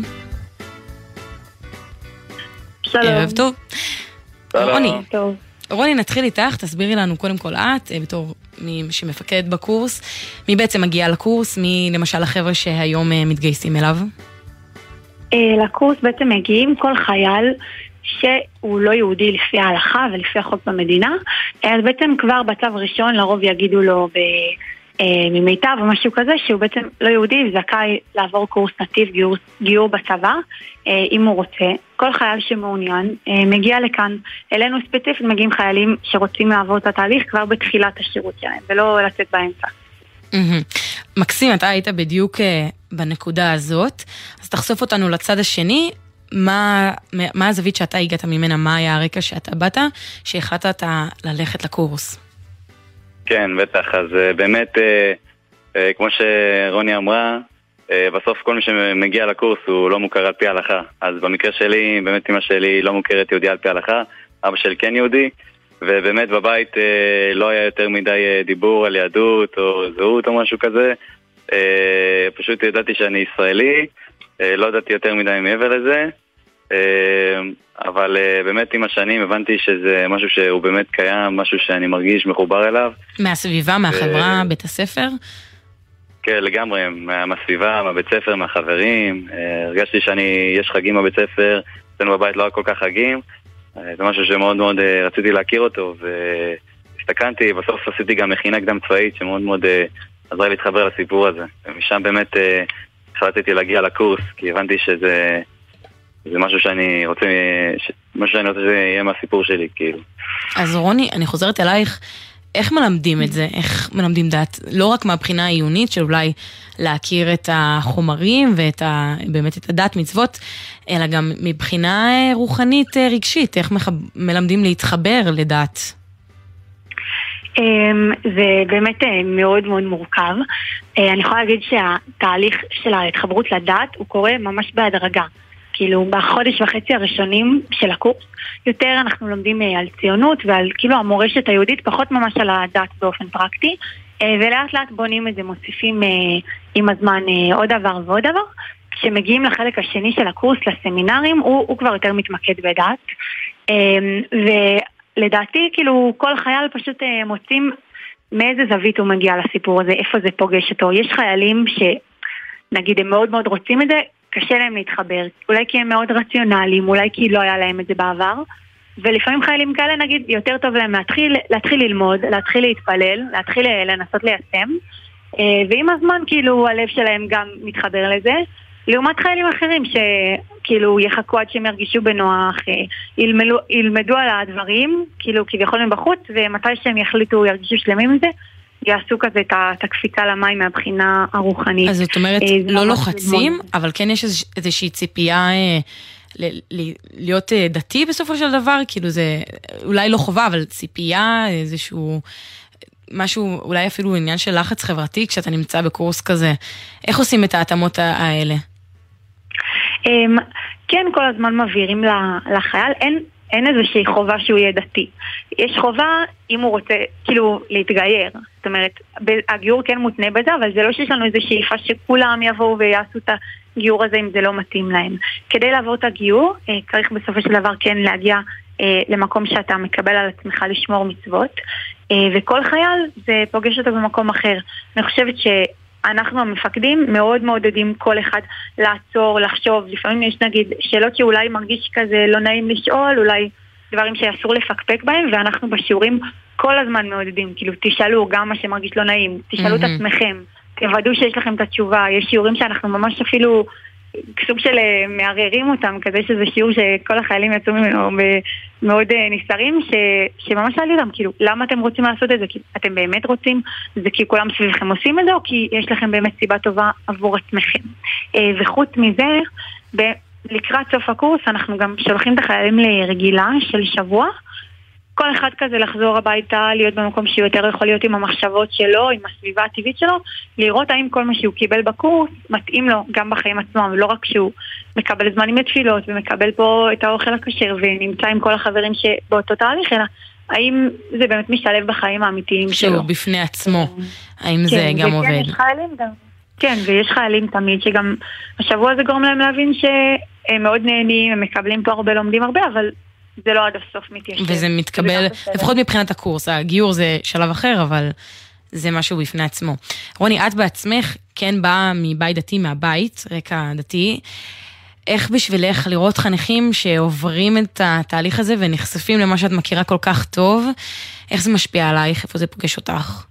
שלום. ערב טוב. שלום. רוני, טוב. רוני, נתחיל איתך, תסבירי לנו קודם כל את, בתור מי שמפקדת בקורס, מי בעצם מגיע לקורס, מי למשל החבר'ה שהיום מתגייסים אליו? לקורס בעצם מגיעים כל חייל שהוא לא יהודי לפי ההלכה ולפי החוק במדינה, אז בעצם כבר בצו ראשון לרוב יגידו לו ממיטב או משהו כזה שהוא בעצם לא יהודי וזכאי לעבור קורס נתיב גיור בצבא אם הוא רוצה. כל חייל שמעוניין מגיע לכאן. אלינו ספציפית מגיעים חיילים שרוצים לעבור את התהליך כבר בתחילת השירות שלהם ולא לצאת באמצע. מקסים, אתה היית בדיוק בנקודה הזאת, אז תחשוף אותנו לצד השני. מה הזווית שאתה הגעת ממנה, מה היה הרקע שאתה באת, שהחלטת ללכת לקורס? כן, בטח, אז באמת, כמו שרוני אמרה, בסוף כל מי שמגיע לקורס הוא לא מוכר על פי ההלכה. אז במקרה שלי, באמת אמא שלי לא מוכרת יהודי על פי ההלכה, אבא שלי כן יהודי, ובאמת בבית לא היה יותר מדי דיבור על יהדות או זהות או משהו כזה. פשוט ידעתי שאני ישראלי, לא ידעתי יותר מדי מעבר לזה, אבל באמת עם השנים הבנתי שזה משהו שהוא באמת קיים, משהו שאני מרגיש מחובר אליו. מהסביבה, מהחברה, בית הספר? כן, לגמרי, מהסביבה, מהבית ספר, מהחברים. הרגשתי שיש חגים בבית ספר, אצלנו בבית לא היה כל כך חגים, זה משהו שמאוד מאוד רציתי להכיר אותו, והסתכנתי, בסוף עשיתי גם מכינה קדם צבאית שמאוד מאוד עזרה לי להתחבר לסיפור הזה, ומשם באמת החלטתי להגיע לקורס, כי הבנתי שזה משהו שאני רוצה, שיהיה מהסיפור שלי, כאילו. אז רוני, אני חוזרת אלייך, איך מלמדים את זה? איך מלמדים דת? לא רק מהבחינה העיונית של אולי להכיר את החומרים ובאמת את הדת מצוות, אלא גם מבחינה רוחנית רגשית, איך מלמדים להתחבר לדת? זה באמת מאוד מאוד מורכב. אני יכולה להגיד שהתהליך של ההתחברות לדת הוא קורה ממש בהדרגה. כאילו בחודש וחצי הראשונים של הקורס, יותר אנחנו לומדים על ציונות ועל כאילו המורשת היהודית, פחות ממש על הדת באופן פרקטי, ולאט לאט בונים את זה, מוסיפים עם הזמן עוד דבר ועוד דבר. כשמגיעים לחלק השני של הקורס, לסמינרים, הוא כבר יותר מתמקד בדת, ולדעתי כאילו כל חייל פשוט מוצאים מאיזה זווית הוא מגיע לסיפור הזה, איפה זה פוגש אותו. יש חיילים שנגיד הם מאוד מאוד רוצים את זה, קשה להם להתחבר, אולי כי הם מאוד רציונליים, אולי כי לא היה להם את זה בעבר, ולפעמים חיילים כאלה נגיד יותר טוב להם להתחיל ללמוד, להתחיל להתפלל, להתחיל לנסות ליישם, ועם הזמן כאילו הלב שלהם גם מתחבר לזה, לעומת חיילים אחרים שכאילו יחכו עד שהם ירגישו בנוח, ילמדו על הדברים, כאילו כביכול מבחוץ, ומתי שהם יחליטו ירגישו שלמים עם זה, יעשו כזה את הקפיצה למים מהבחינה הרוחנית. אז זאת אומרת, לא לוחצים, אבל כן יש איזושהי ציפייה להיות דתי בסופו של דבר, כאילו זה אולי לא חובה, אבל ציפייה, איזשהו משהו, אולי אפילו עניין של לחץ חברתי, כשאתה נמצא בקורס כזה. איך עושים את ההתאמות האלה? כן, כל הזמן מבהירים לחייל, אין איזושהי חובה שהוא יהיה דתי. יש חובה אם הוא רוצה כאילו להתגייר. זאת אומרת, הגיור כן מותנה בזה, אבל זה לא שיש לנו איזו שאיפה שכולם יבואו ויעשו את הגיור הזה אם זה לא מתאים להם. כדי לעבור את הגיור, צריך בסופו של דבר כן להגיע למקום שאתה מקבל על עצמך לשמור מצוות, וכל חייל זה פוגש אותו במקום אחר. אני חושבת שאנחנו המפקדים מאוד מעודדים כל אחד לעצור, לחשוב. לפעמים יש נגיד שאלות שאולי מרגיש כזה לא נעים לשאול, אולי דברים שאסור לפקפק בהם, ואנחנו בשיעורים כל הזמן מעודדים, כאילו תשאלו גם מה שמרגיש לא נעים, תשאלו את עצמכם, תוודאו שיש לכם את התשובה. יש שיעורים שאנחנו ממש אפילו סוג של מערערים אותם, כזה שזה שיעור שכל החיילים יצאו ממנו מאוד נסתרים, שממש שאלו אותם, כאילו, למה אתם רוצים לעשות את זה? כי אתם באמת רוצים? זה כי כולם סביבכם עושים את זה, או כי יש לכם באמת סיבה טובה עבור עצמכם? וחוץ מזה, לקראת סוף הקורס, אנחנו גם שולחים את החיילים לרגילה של שבוע, כל אחד כזה לחזור הביתה, להיות במקום שהוא יותר יכול להיות עם המחשבות שלו, עם הסביבה הטבעית שלו, לראות האם כל מה שהוא קיבל בקורס מתאים לו גם בחיים עצמם, ולא רק שהוא מקבל זמנים לתפילות ומקבל פה את האוכל הכשר ונמצא עם כל החברים שבאותו תהליך, אלא האם זה באמת משתלב בחיים האמיתיים שלו. שהוא בפני עצמו, האם זה גם עובד. יש חיילים גם. כן, ויש חיילים תמיד שגם השבוע הזה גורם להם להבין שהם מאוד נהנים, הם מקבלים פה הרבה, לומדים הרבה, אבל זה לא עד הסוף מתיישב. וזה מתקבל, לפחות מבחינת הקורס, הגיור זה שלב אחר, אבל זה משהו בפני עצמו. רוני, את בעצמך כן באה מבית דתי, מהבית, רקע דתי. איך בשבילך לראות חניכים שעוברים את התהליך הזה ונחשפים למה שאת מכירה כל כך טוב, איך זה משפיע עלייך, איפה זה פוגש אותך?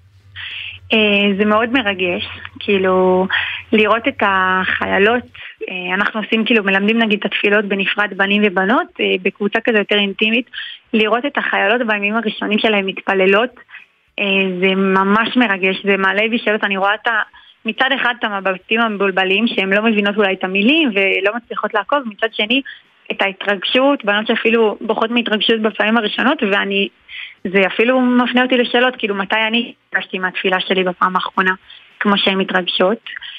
זה מאוד מרגש, כאילו לראות את החיילות, אנחנו עושים כאילו מלמדים נגיד את התפילות בנפרד בנים ובנות, בקבוצה כזו יותר אינטימית, לראות את החיילות בימים הראשונים שלהם מתפללות, זה ממש מרגש, זה מעלה בי שאלות, אני רואה מצד אחד את המבטים המבולבלים שהם לא מבינות אולי את המילים ולא מצליחות לעקוב, מצד שני את ההתרגשות, בנות שאפילו בוחרות מהתרגשות בפעמים הראשונות, זה אפילו מפנה אותי לשאלות, כאילו מתי אני הגשתי מהתפילה שלי בפעם האחרונה, כמו שהן מתרגשות,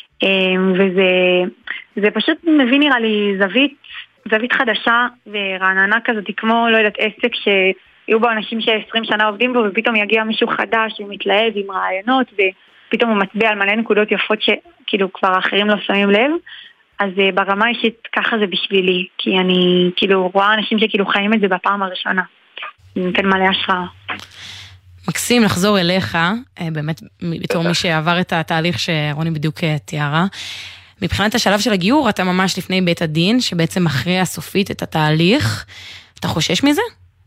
וזה פשוט מביא נראה לי זווית חדשה ורעננה כזאת, כמו לא יודעת עסק שיהיו בו אנשים ש20 שנה עובדים בו, ופתאום יגיע מישהו חדש ומתלהב עם רעיונות, ופתאום הוא מצביע על מלא נקודות יפות שכאילו כבר האחרים לא שמים לב. אז ברמה אישית ככה זה בשבילי, כי אני כאילו רואה אנשים שכאילו חיים את זה בפעם הראשונה. נותן מלא השראה. מקסים לחזור אליך, באמת בתור מי שעבר את התהליך שרוני בדיוק תיארה. מבחינת השלב של הגיור, אתה ממש לפני בית הדין, שבעצם מכריע סופית את התהליך. אתה חושש מזה?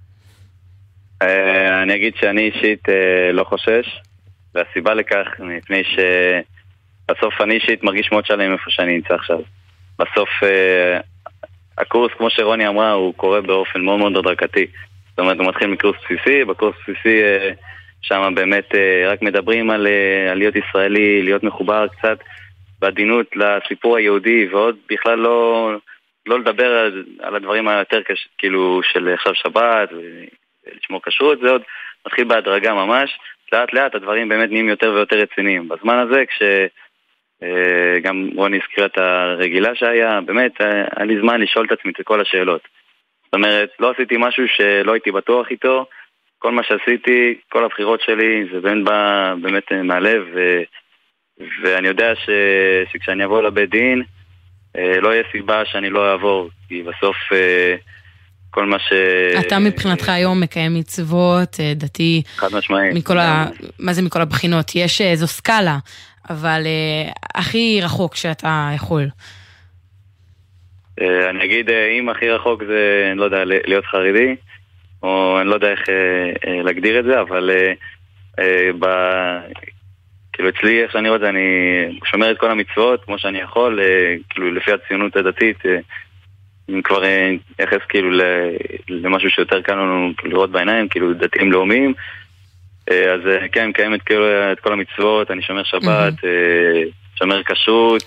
אני אגיד שאני אישית לא חושש, והסיבה לכך מפני שבסוף אני אישית מרגיש מאוד שלם איפה שאני נמצא עכשיו. בסוף הקורס, כמו שרוני אמרה, הוא קורה באופן מאוד מאוד הדרגתי. זאת אומרת, הוא מתחיל מקורס בסיסי, בקורס בסיסי שם באמת רק מדברים על להיות ישראלי, להיות מחובר קצת בעדינות לסיפור היהודי, ועוד בכלל לא לדבר על הדברים היותר כאילו של עכשיו שבת ולשמור כשרות, זה עוד מתחיל בהדרגה ממש, לאט לאט הדברים באמת נהיים יותר ויותר רציניים. בזמן הזה גם רוני הזכיר את הרגילה שהיה, באמת, היה לי זמן לשאול את עצמי את כל השאלות. זאת אומרת, לא עשיתי משהו שלא הייתי בטוח איתו, כל מה שעשיתי, כל הבחירות שלי, זה באמת מהלב, ואני יודע שכשאני אבוא לבית דין, לא יהיה סיבה שאני לא אעבור, כי בסוף כל מה אתה מבחינתך היום מקיים מצוות, דתי, חד משמעית. מה זה מכל הבחינות? יש איזו סקאלה, אבל הכי רחוק שאתה יכול. אני אגיד, אם הכי רחוק זה, אני לא יודע, להיות חרדי, או אני לא יודע איך להגדיר את זה, אבל כאילו אצלי, איך שאני רואה את זה, אני שומר את כל המצוות כמו שאני יכול, כאילו לפי הציונות הדתית, אני כבר יחס כאילו למשהו שיותר קל לנו לראות בעיניים, כאילו דתיים לאומיים, אז כן, מקיימת כאילו את כל המצוות, אני שומר שבת, שומר כשרות,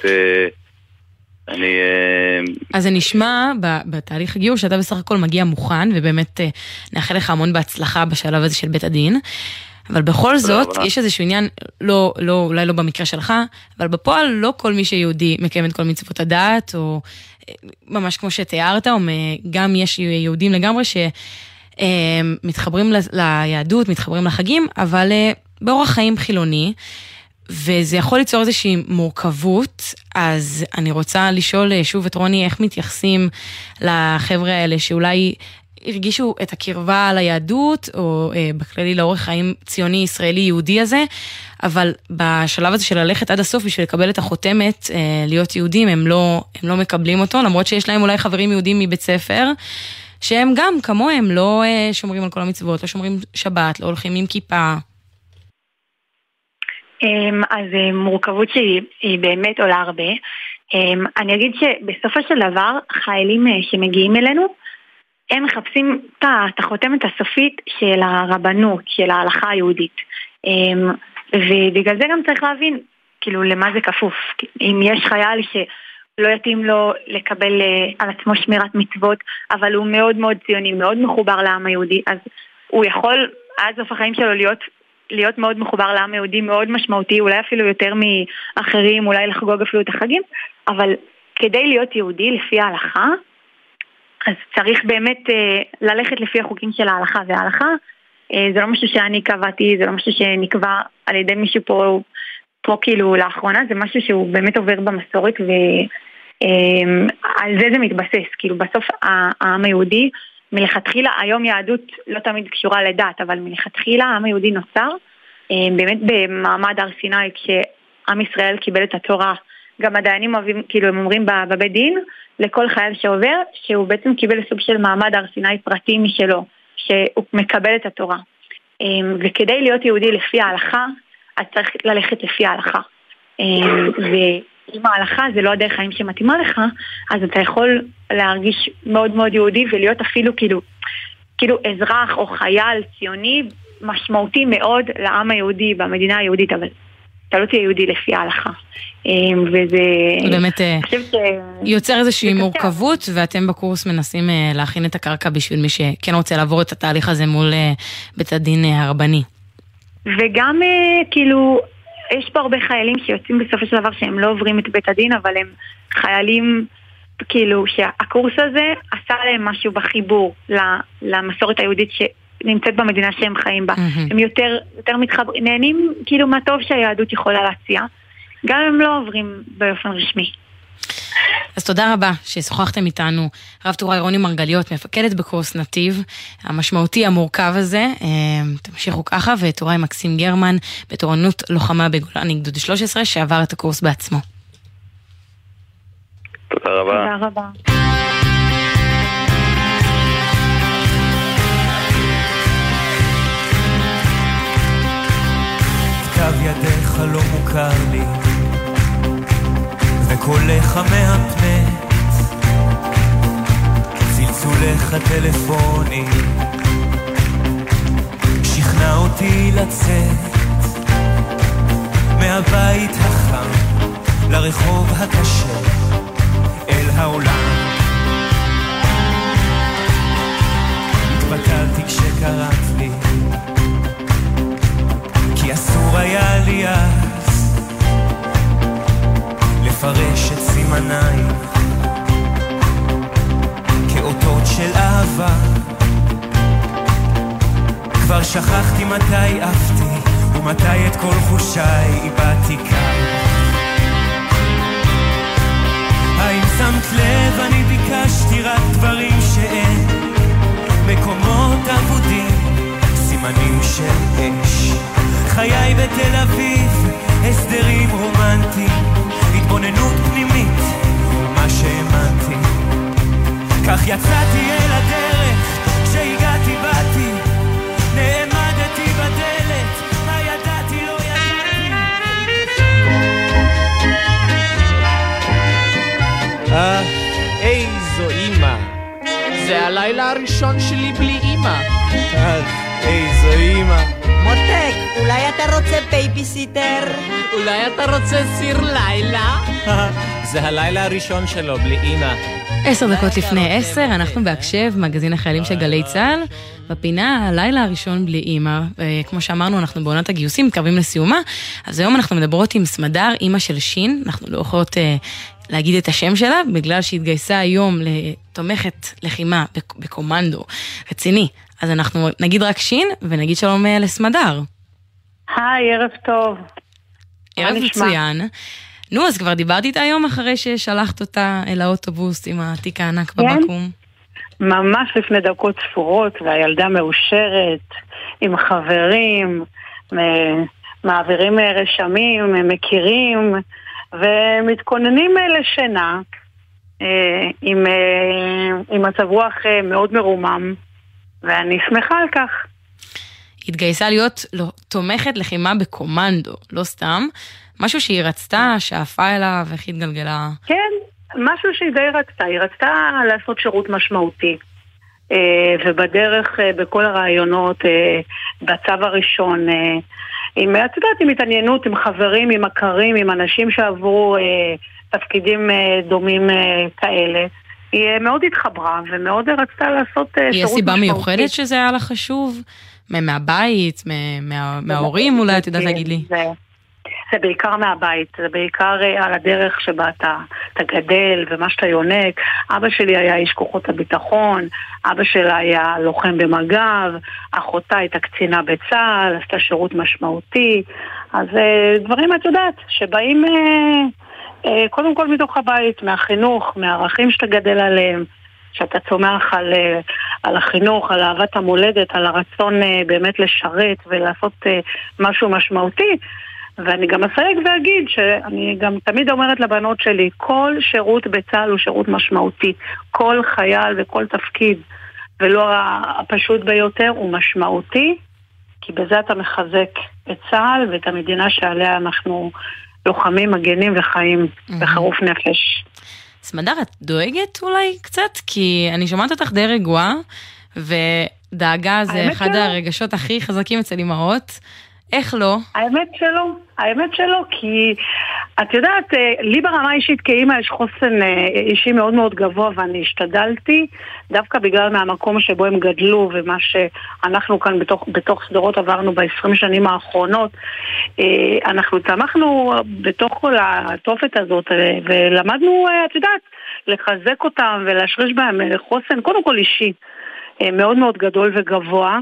אז זה נשמע בתהליך הגיור שאתה בסך הכל מגיע מוכן, ובאמת נאחל לך המון בהצלחה בשלב הזה של בית הדין, אבל בכל זאת יש איזשהו עניין, אולי לא במקרה שלך, אבל בפועל לא כל מי שיהודי מקיים את כל מצוות הדת, או ממש כמו שתיארת, או גם יש יהודים לגמרי שמתחברים ליהדות, מתחברים לחגים, אבל באורח חיים חילוני, וזה יכול ליצור איזושהי מורכבות, אז אני רוצה לשאול שוב את רוני, איך מתייחסים לחבר'ה האלה שאולי הרגישו את הקרבה ליהדות, או בכללי לאורך חיים ציוני, ישראלי, יהודי הזה, אבל בשלב הזה של ללכת עד הסוף בשביל לקבל את החותמת, להיות יהודים, הם לא מקבלים אותו, למרות שיש להם אולי חברים יהודים מבית ספר, שהם גם כמוהם לא שומרים על כל המצוות, לא שומרים שבת, לא הולכים עם כיפה. אז מורכבות שהיא באמת עולה הרבה. אני אגיד שבסופו של דבר, חיילים שמגיעים אלינו, הם מחפשים את החותמת הסופית של הרבנות, של ההלכה היהודית. ובגלל זה גם צריך להבין, כאילו, למה זה כפוף. אם יש חייל שלא יתאים לו לקבל על עצמו שמירת מצוות, אבל הוא מאוד מאוד ציוני, מאוד מחובר לעם היהודי, אז הוא יכול עד סוף החיים שלו להיות מאוד מחובר לעם היהודי, מאוד משמעותי, אולי אפילו יותר מאחרים, אולי לחגוג אפילו את החגים, אבל כדי להיות יהודי לפי ההלכה, אז צריך באמת ללכת לפי החוקים של ההלכה, וההלכה זה לא משהו שאני קבעתי, זה לא משהו שנקבע על ידי מישהו פה כאילו לאחרונה, זה משהו שהוא באמת עובר במסורת, ועל זה מתבסס, כאילו בסוף העם היהודי, מלכתחילה, היום יהדות לא תמיד קשורה לדת, אבל מלכתחילה העם היהודי נוצר, באמת במעמד הר סיני, כשעם ישראל קיבל את התורה, גם הדיינים אוהבים, כאילו הם אומרים בבית דין, לכל חייל שעובר, שהוא בעצם קיבל סוג של מעמד הר סיני פרטי משלו, שהוא מקבל את התורה. וכדי להיות יהודי לפי ההלכה, אז צריך ללכת לפי ההלכה. ואם ההלכה זה לא הדרך חיים שמתאימה לך, אז אתה יכול להרגיש מאוד מאוד יהודי, ולהיות אפילו כאילו אזרח או חייל ציוני, משמעותי מאוד לעם היהודי, במדינה היהודית, אבל אתה לא תהיה יהודי לפי ההלכה. וזה באמת יוצר איזושהי מורכבות, ואתם בקורס מנסים להכין את הקרקע בשביל מי שכן רוצה לעבור את התהליך הזה מול בית הדין הרבני. וגם כאילו יש פה הרבה חיילים שיוצאים בסופו של דבר שהם לא עוברים את בית הדין, אבל הם חיילים כאילו שהקורס הזה עשה להם משהו בחיבור למסורת היהודית נמצאת במדינה שהם חיים בה. הם יותר מתחברים, נהנים כאילו מהטוב שהיהדות יכולה להציע, גם הם לא עוברים באופן רשמי. אז תודה רבה ששוחחתם איתנו, רב טוראי רוני מרגליות, מפקדת בקורס נתיב, המשמעותי המורכב הזה, תמשיכו ככה, וטוראי מקסים גרמן, בתורנות לוחמה בגולני גדוד 13, שעבר את הקורס בעצמו. תודה רבה. תודה רבה. כתב ידיך לא מוכר לי וקולך מהפנט צלצולך טלפוני שכנע אותי לצאת מהבית החם לרחוב הקשה אל העולם. התבטלתי כשקראת לי כי אסור היה לי אז סימנייך כאותות של אהבה. כבר שכחתי מתי עפתי ומתי את כל חושיי איבדתי כאן. האם שמת לב אני ביקשתי רק דברים שאין, מקומות אבודים, סימנים של אש, חיי בתל אביב, הסדרים רומנטיים, התבוננות פנימית, מה שהאמנתי. כך יצאתי אל הדרך, כשהגעתי באתי, נעמדתי בדלת, מה ידעתי לא ידעתי. איזו אמא, זה הלילה הראשון שלי בלי אמא. איזו אמא. מותק, אולי אתה רוצה בייביסיטר? אולי אתה רוצה סיר לילה? זה הלילה הראשון שלו בלי אמא. 10 דקות לפני 10, אנחנו בהקשב, מגזין החיילים של גלי צהל, בפינה הלילה הראשון בלי אמא. כמו שאמרנו, אנחנו בעונת הגיוסים, מתקרבים לסיומה, אז היום אנחנו מדברות עם סמדר, אמא של שין, אנחנו לא יכולות להגיד את השם שלה, בגלל שהתגייסה היום לתומכת לחימה בקומנדו רציני. אז אנחנו נגיד רק שין, ונגיד שלום לסמדר. היי, ערב טוב. ערב מצוין. נו, אז כבר דיברתי איתה היום אחרי ששלחת אותה אל האוטובוס עם התיק הענק בבקום. ממש לפני דקות ספורות, והילדה מאושרת, עם חברים, מעבירים רשמים, מכירים, ומתכוננים לשינה, עם מצב רוח מאוד מרומם, ואני שמחה על כך. התגייסה להיות תומכת לחימה בקומנדו, לא סתם, משהו שהיא רצתה, שאפה אליו, איך היא התגלגלה? כן, משהו שהיא די רצתה, היא רצתה לעשות שירות משמעותי, ובדרך בכל הרעיונות, בצו הראשון, עם התעניינות, עם חברים, עם מכרים, עם אנשים שעברו תפקידים דומים כאלה, היא מאוד התחברה ומאוד רצתה לעשות שירות משמעותי. היא הסיבה מיוחדת שזה היה לה חשוב? מהבית, מההורים אולי, את יודעת להגיד לי? זה בעיקר מהבית, זה בעיקר על הדרך שבה אתה גדל ומה שאתה יונק. אבא שלי היה איש כוחות הביטחון, אבא שלה היה לוחם במג"ב, אחותה הייתה קצינה בצה"ל, עשתה שירות משמעותי. אז דברים את יודעת, שבאים קודם כל מתוך הבית, מהחינוך, מהערכים שאתה גדל עליהם, שאתה צומח על החינוך, על אהבת המולדת, על הרצון באמת לשרת ולעשות משהו משמעותי. ואני גם אסייג ואגיד שאני גם תמיד אומרת לבנות שלי, כל שירות בצה"ל הוא שירות משמעותי. כל חייל וכל תפקיד, ולא הפשוט ביותר, הוא משמעותי, כי בזה אתה מחזק את צה"ל ואת המדינה שעליה אנחנו לוחמים, מגנים וחיים בחירוף נפש. סמדר, את דואגת אולי קצת? כי אני שומעת אותך די רגועה, ודאגה זה אחד הרגשות הכי חזקים אצל אמהות. איך לא? האמת שלא, כי את יודעת, לי ברמה אישית כאימא יש חוסן אישי מאוד מאוד גבוה, ואני השתדלתי, דווקא בגלל מהמקום שבו הם גדלו, ומה שאנחנו כאן בתוך סדרות עברנו ב-20 שנים האחרונות, אנחנו צמחנו בתוך כל התופת הזאת, ולמדנו, את יודעת, לחזק אותם ולהשריש בהם חוסן, קודם כל אישי, מאוד מאוד גדול וגבוה,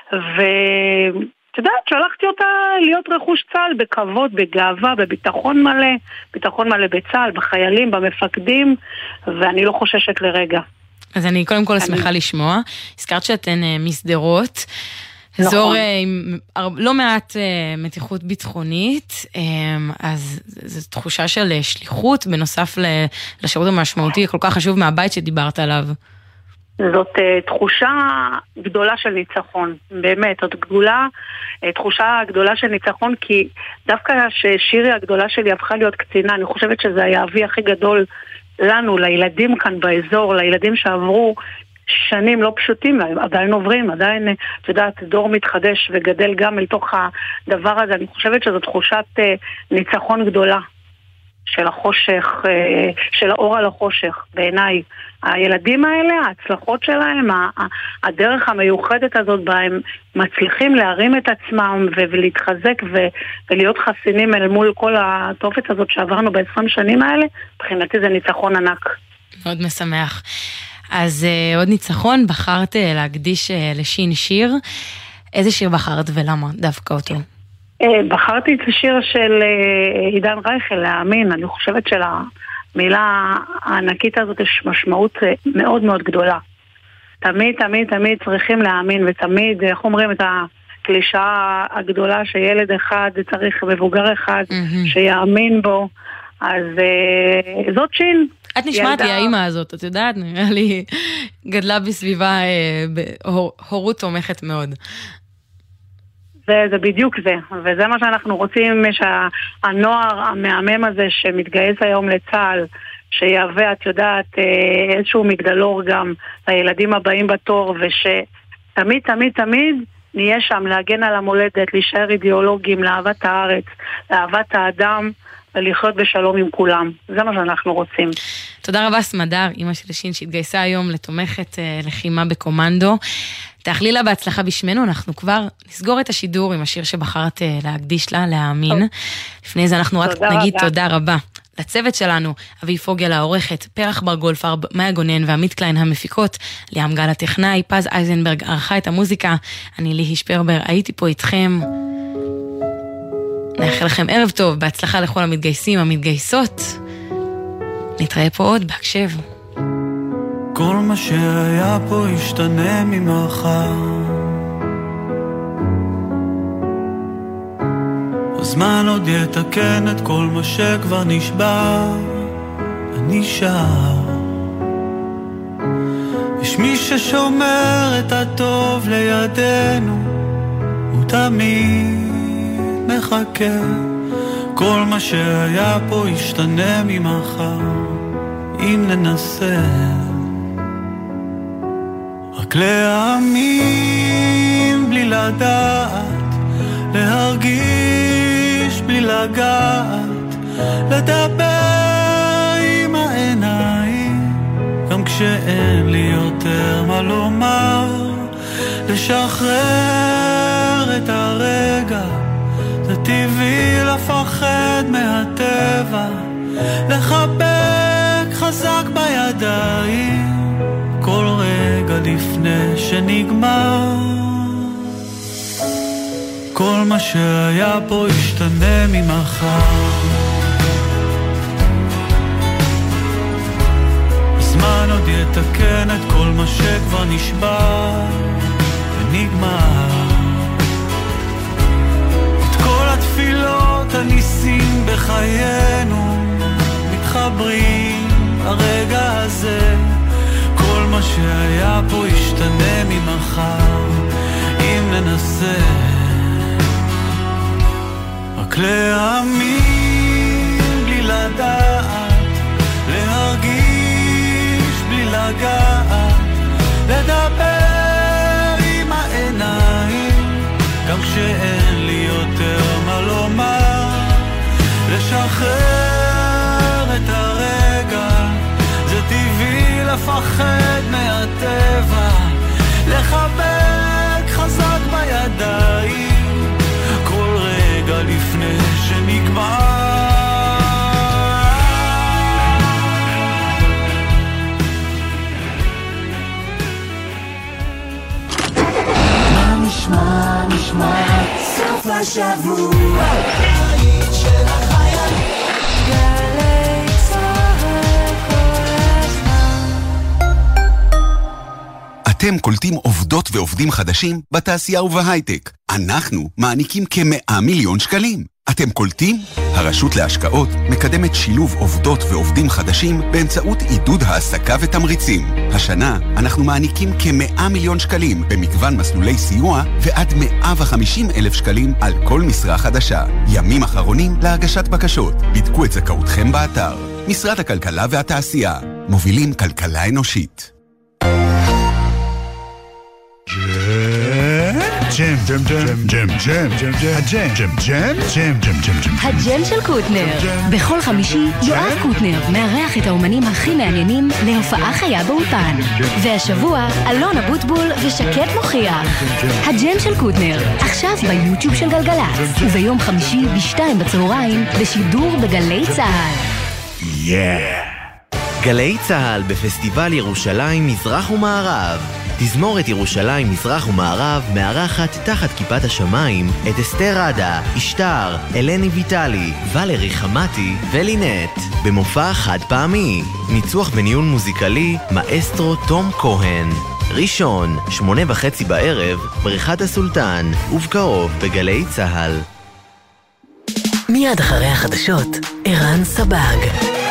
את יודעת, שלחתי אותה להיות רכוש צה"ל בכבוד, בגאווה, בביטחון מלא בצה"ל, בחיילים, במפקדים, ואני לא חוששת לרגע. אז אני קודם כל שמחה לשמוע. הזכרת שאתן מסדרות, אזור עם לא מעט מתיחות ביטחונית, אז זו תחושה של שליחות, בנוסף לשירות המשמעותי, כל כך חשוב מהבית שדיברת עליו. זאת תחושה גדולה של ניצחון, באמת, זאת תחושה גדולה של ניצחון, כי דווקא ששירי הגדולה שלי הפכה להיות קצינה, אני חושבת שזה היה אבי הכי גדול לנו, לילדים כאן באזור, לילדים שעברו שנים לא פשוטים, עדיין עוברים, עדיין, את יודעת, דור מתחדש וגדל גם אל תוך הדבר הזה. אני חושבת שזו תחושת ניצחון גדולה של החושך, של האור על החושך, בעיניי. הילדים האלה, ההצלחות שלהם, הדרך המיוחדת הזאת בה הם מצליחים להרים את עצמם ולהתחזק ולהיות חסינים אל מול כל התופת הזאת שעברנו ב-20 שנים האלה, מבחינתי זה ניצחון ענק. מאוד משמח. אז עוד ניצחון, בחרת להקדיש לשין שיר. איזה שיר בחרת ולמה דווקא אותו? בחרתי את השיר של עידן רייכל, להאמין. אני חושבת שלמילה הענקית הזאת יש משמעות מאוד מאוד גדולה. תמיד, תמיד, תמיד צריכים להאמין, ותמיד, איך אומרים, את הקלישאה הגדולה שילד אחד צריך מבוגר אחד שיאמין בו. אז זאת שין. את נשמעת לי האמא הזאת, את יודעת, נראה לי גדלה בסביבה הורות תומכת מאוד. זה בדיוק זה, וזה מה שאנחנו רוצים, שהנוער המהמם הזה שמתגייס היום לצה"ל, שיהווה, את יודעת, איזשהו מגדלור גם לילדים הבאים בתור, ושתמיד תמיד תמיד נהיה שם להגן על המולדת, להישאר אידיאולוגים, לאהבת הארץ, לאהבת האדם, ולחיות בשלום עם כולם. זה מה שאנחנו רוצים. תודה רבה סמדר, אמא של שין שהתגייסה היום לתומכת לחימה בקומנדו. תאחלי לה בהצלחה בשמנו, אנחנו כבר נסגור את השידור עם השיר שבחרת להקדיש לה, להאמין. לפני זה אנחנו רק נגיד תודה רבה לצוות שלנו, אבי פוגל העורכת, פרח בר גולפרב, מאיה גונן ועמית קליין המפיקות, ליאם גל הטכנאי, פז אייזנברג ערכה את המוזיקה, אני ליהי שפרבר, הייתי פה איתכם. נאחל לכם ערב טוב, בהצלחה לכל המתגייסים, המתגייסות. נתראה פה עוד בהקשב. כל מה שהיה פה ישתנה ממחר, הזמן עוד יתקן את כל מה שכבר נשבר. אני שר, יש מי ששומר את הטוב לידינו, הוא תמיד מחכה. כל מה שהיה פה ישתנה ממחר, אם ננסה רק להאמין בלי לדעת, להרגיש בלי לגעת, לדבר עם העיניים גם כשאין לי יותר מה לומר, לשחרר את הרגע, זה טבעי לפחד מהטבע, לחבק חזק בידיים כל רגע לפני שנגמר. כל מה שהיה פה ישתנה ממחר, הזמן עוד יתקן את כל מה שכבר נשבר ונגמר. את כל התפילות הניסים בחיינו מתחברים הרגע הזה, כל מה שהיה פה ישתנה ממחר, אם ננסה רק להאמין בלי לדעת, להרגיש בלי לגעת, לדבר עם העיניים גם כשאין לי יותר מה לומר, לשחרר את הרגע, זה טבעי לפחד מהטבע, לחבק חזק בידיים כל רגע לפני שנגמר. מה נשמע סוף השבוע היית של החייל גלי צהל כל הזמן. אתם קולטים עובדות ועובדים חדשים בתעשייה ובהייטק. אנחנו מעניקים כ100 מיליון שקלים. אתם קולטים? הרשות להשקעות מקדמת שילוב עובדות ועובדים חדשים באמצעות עידוד העסקה ותמריצים. השנה אנחנו מעניקים כ100 מיליון שקלים במגוון מסלולי סיוע ועד 150,000 שקלים על כל משרה חדשה. ימים אחרונים להגשת בקשות. בדקו את זכאותכם באתר. משרד הכלכלה והתעשייה. מובילים כלכלה אנושית. ג'ם, ג'ם, ג'ם, ג'ם, ג'ם, ג'ם, הג'ם, ג'ם, ג'ם, ג'ם, ג'ם, ג'ם, ג'ם. הג'ם של קוטנר. בכל חמישי יואב קוטנר מארח את האומנים הכי מעניינים להופעה חיה באולפן. והשבוע אלון אבוטבול ושקט מוכיח. הג'ם של קוטנר, עכשיו ביוטיוב של גלגלצ, וביום חמישי ב-2 בצהריים בשידור בגלי צהל. גלי צהל בפסטיבל ירושלים מזרח ומערב. תזמורת ירושלים מזרח ומערב מארחת תחת כיפת השמיים את אסתר עדה, אשתר, אלני ויטלי, ולרי חמתי ולינט במופע חד פעמי. ניצוח וניהול מוזיקלי מאסטרו תום כהן. ראשון, 8:30 בערב, בריכת הסולטן, ובקרוב בגלי צהל. מיד אחרי החדשות, ערן סבג.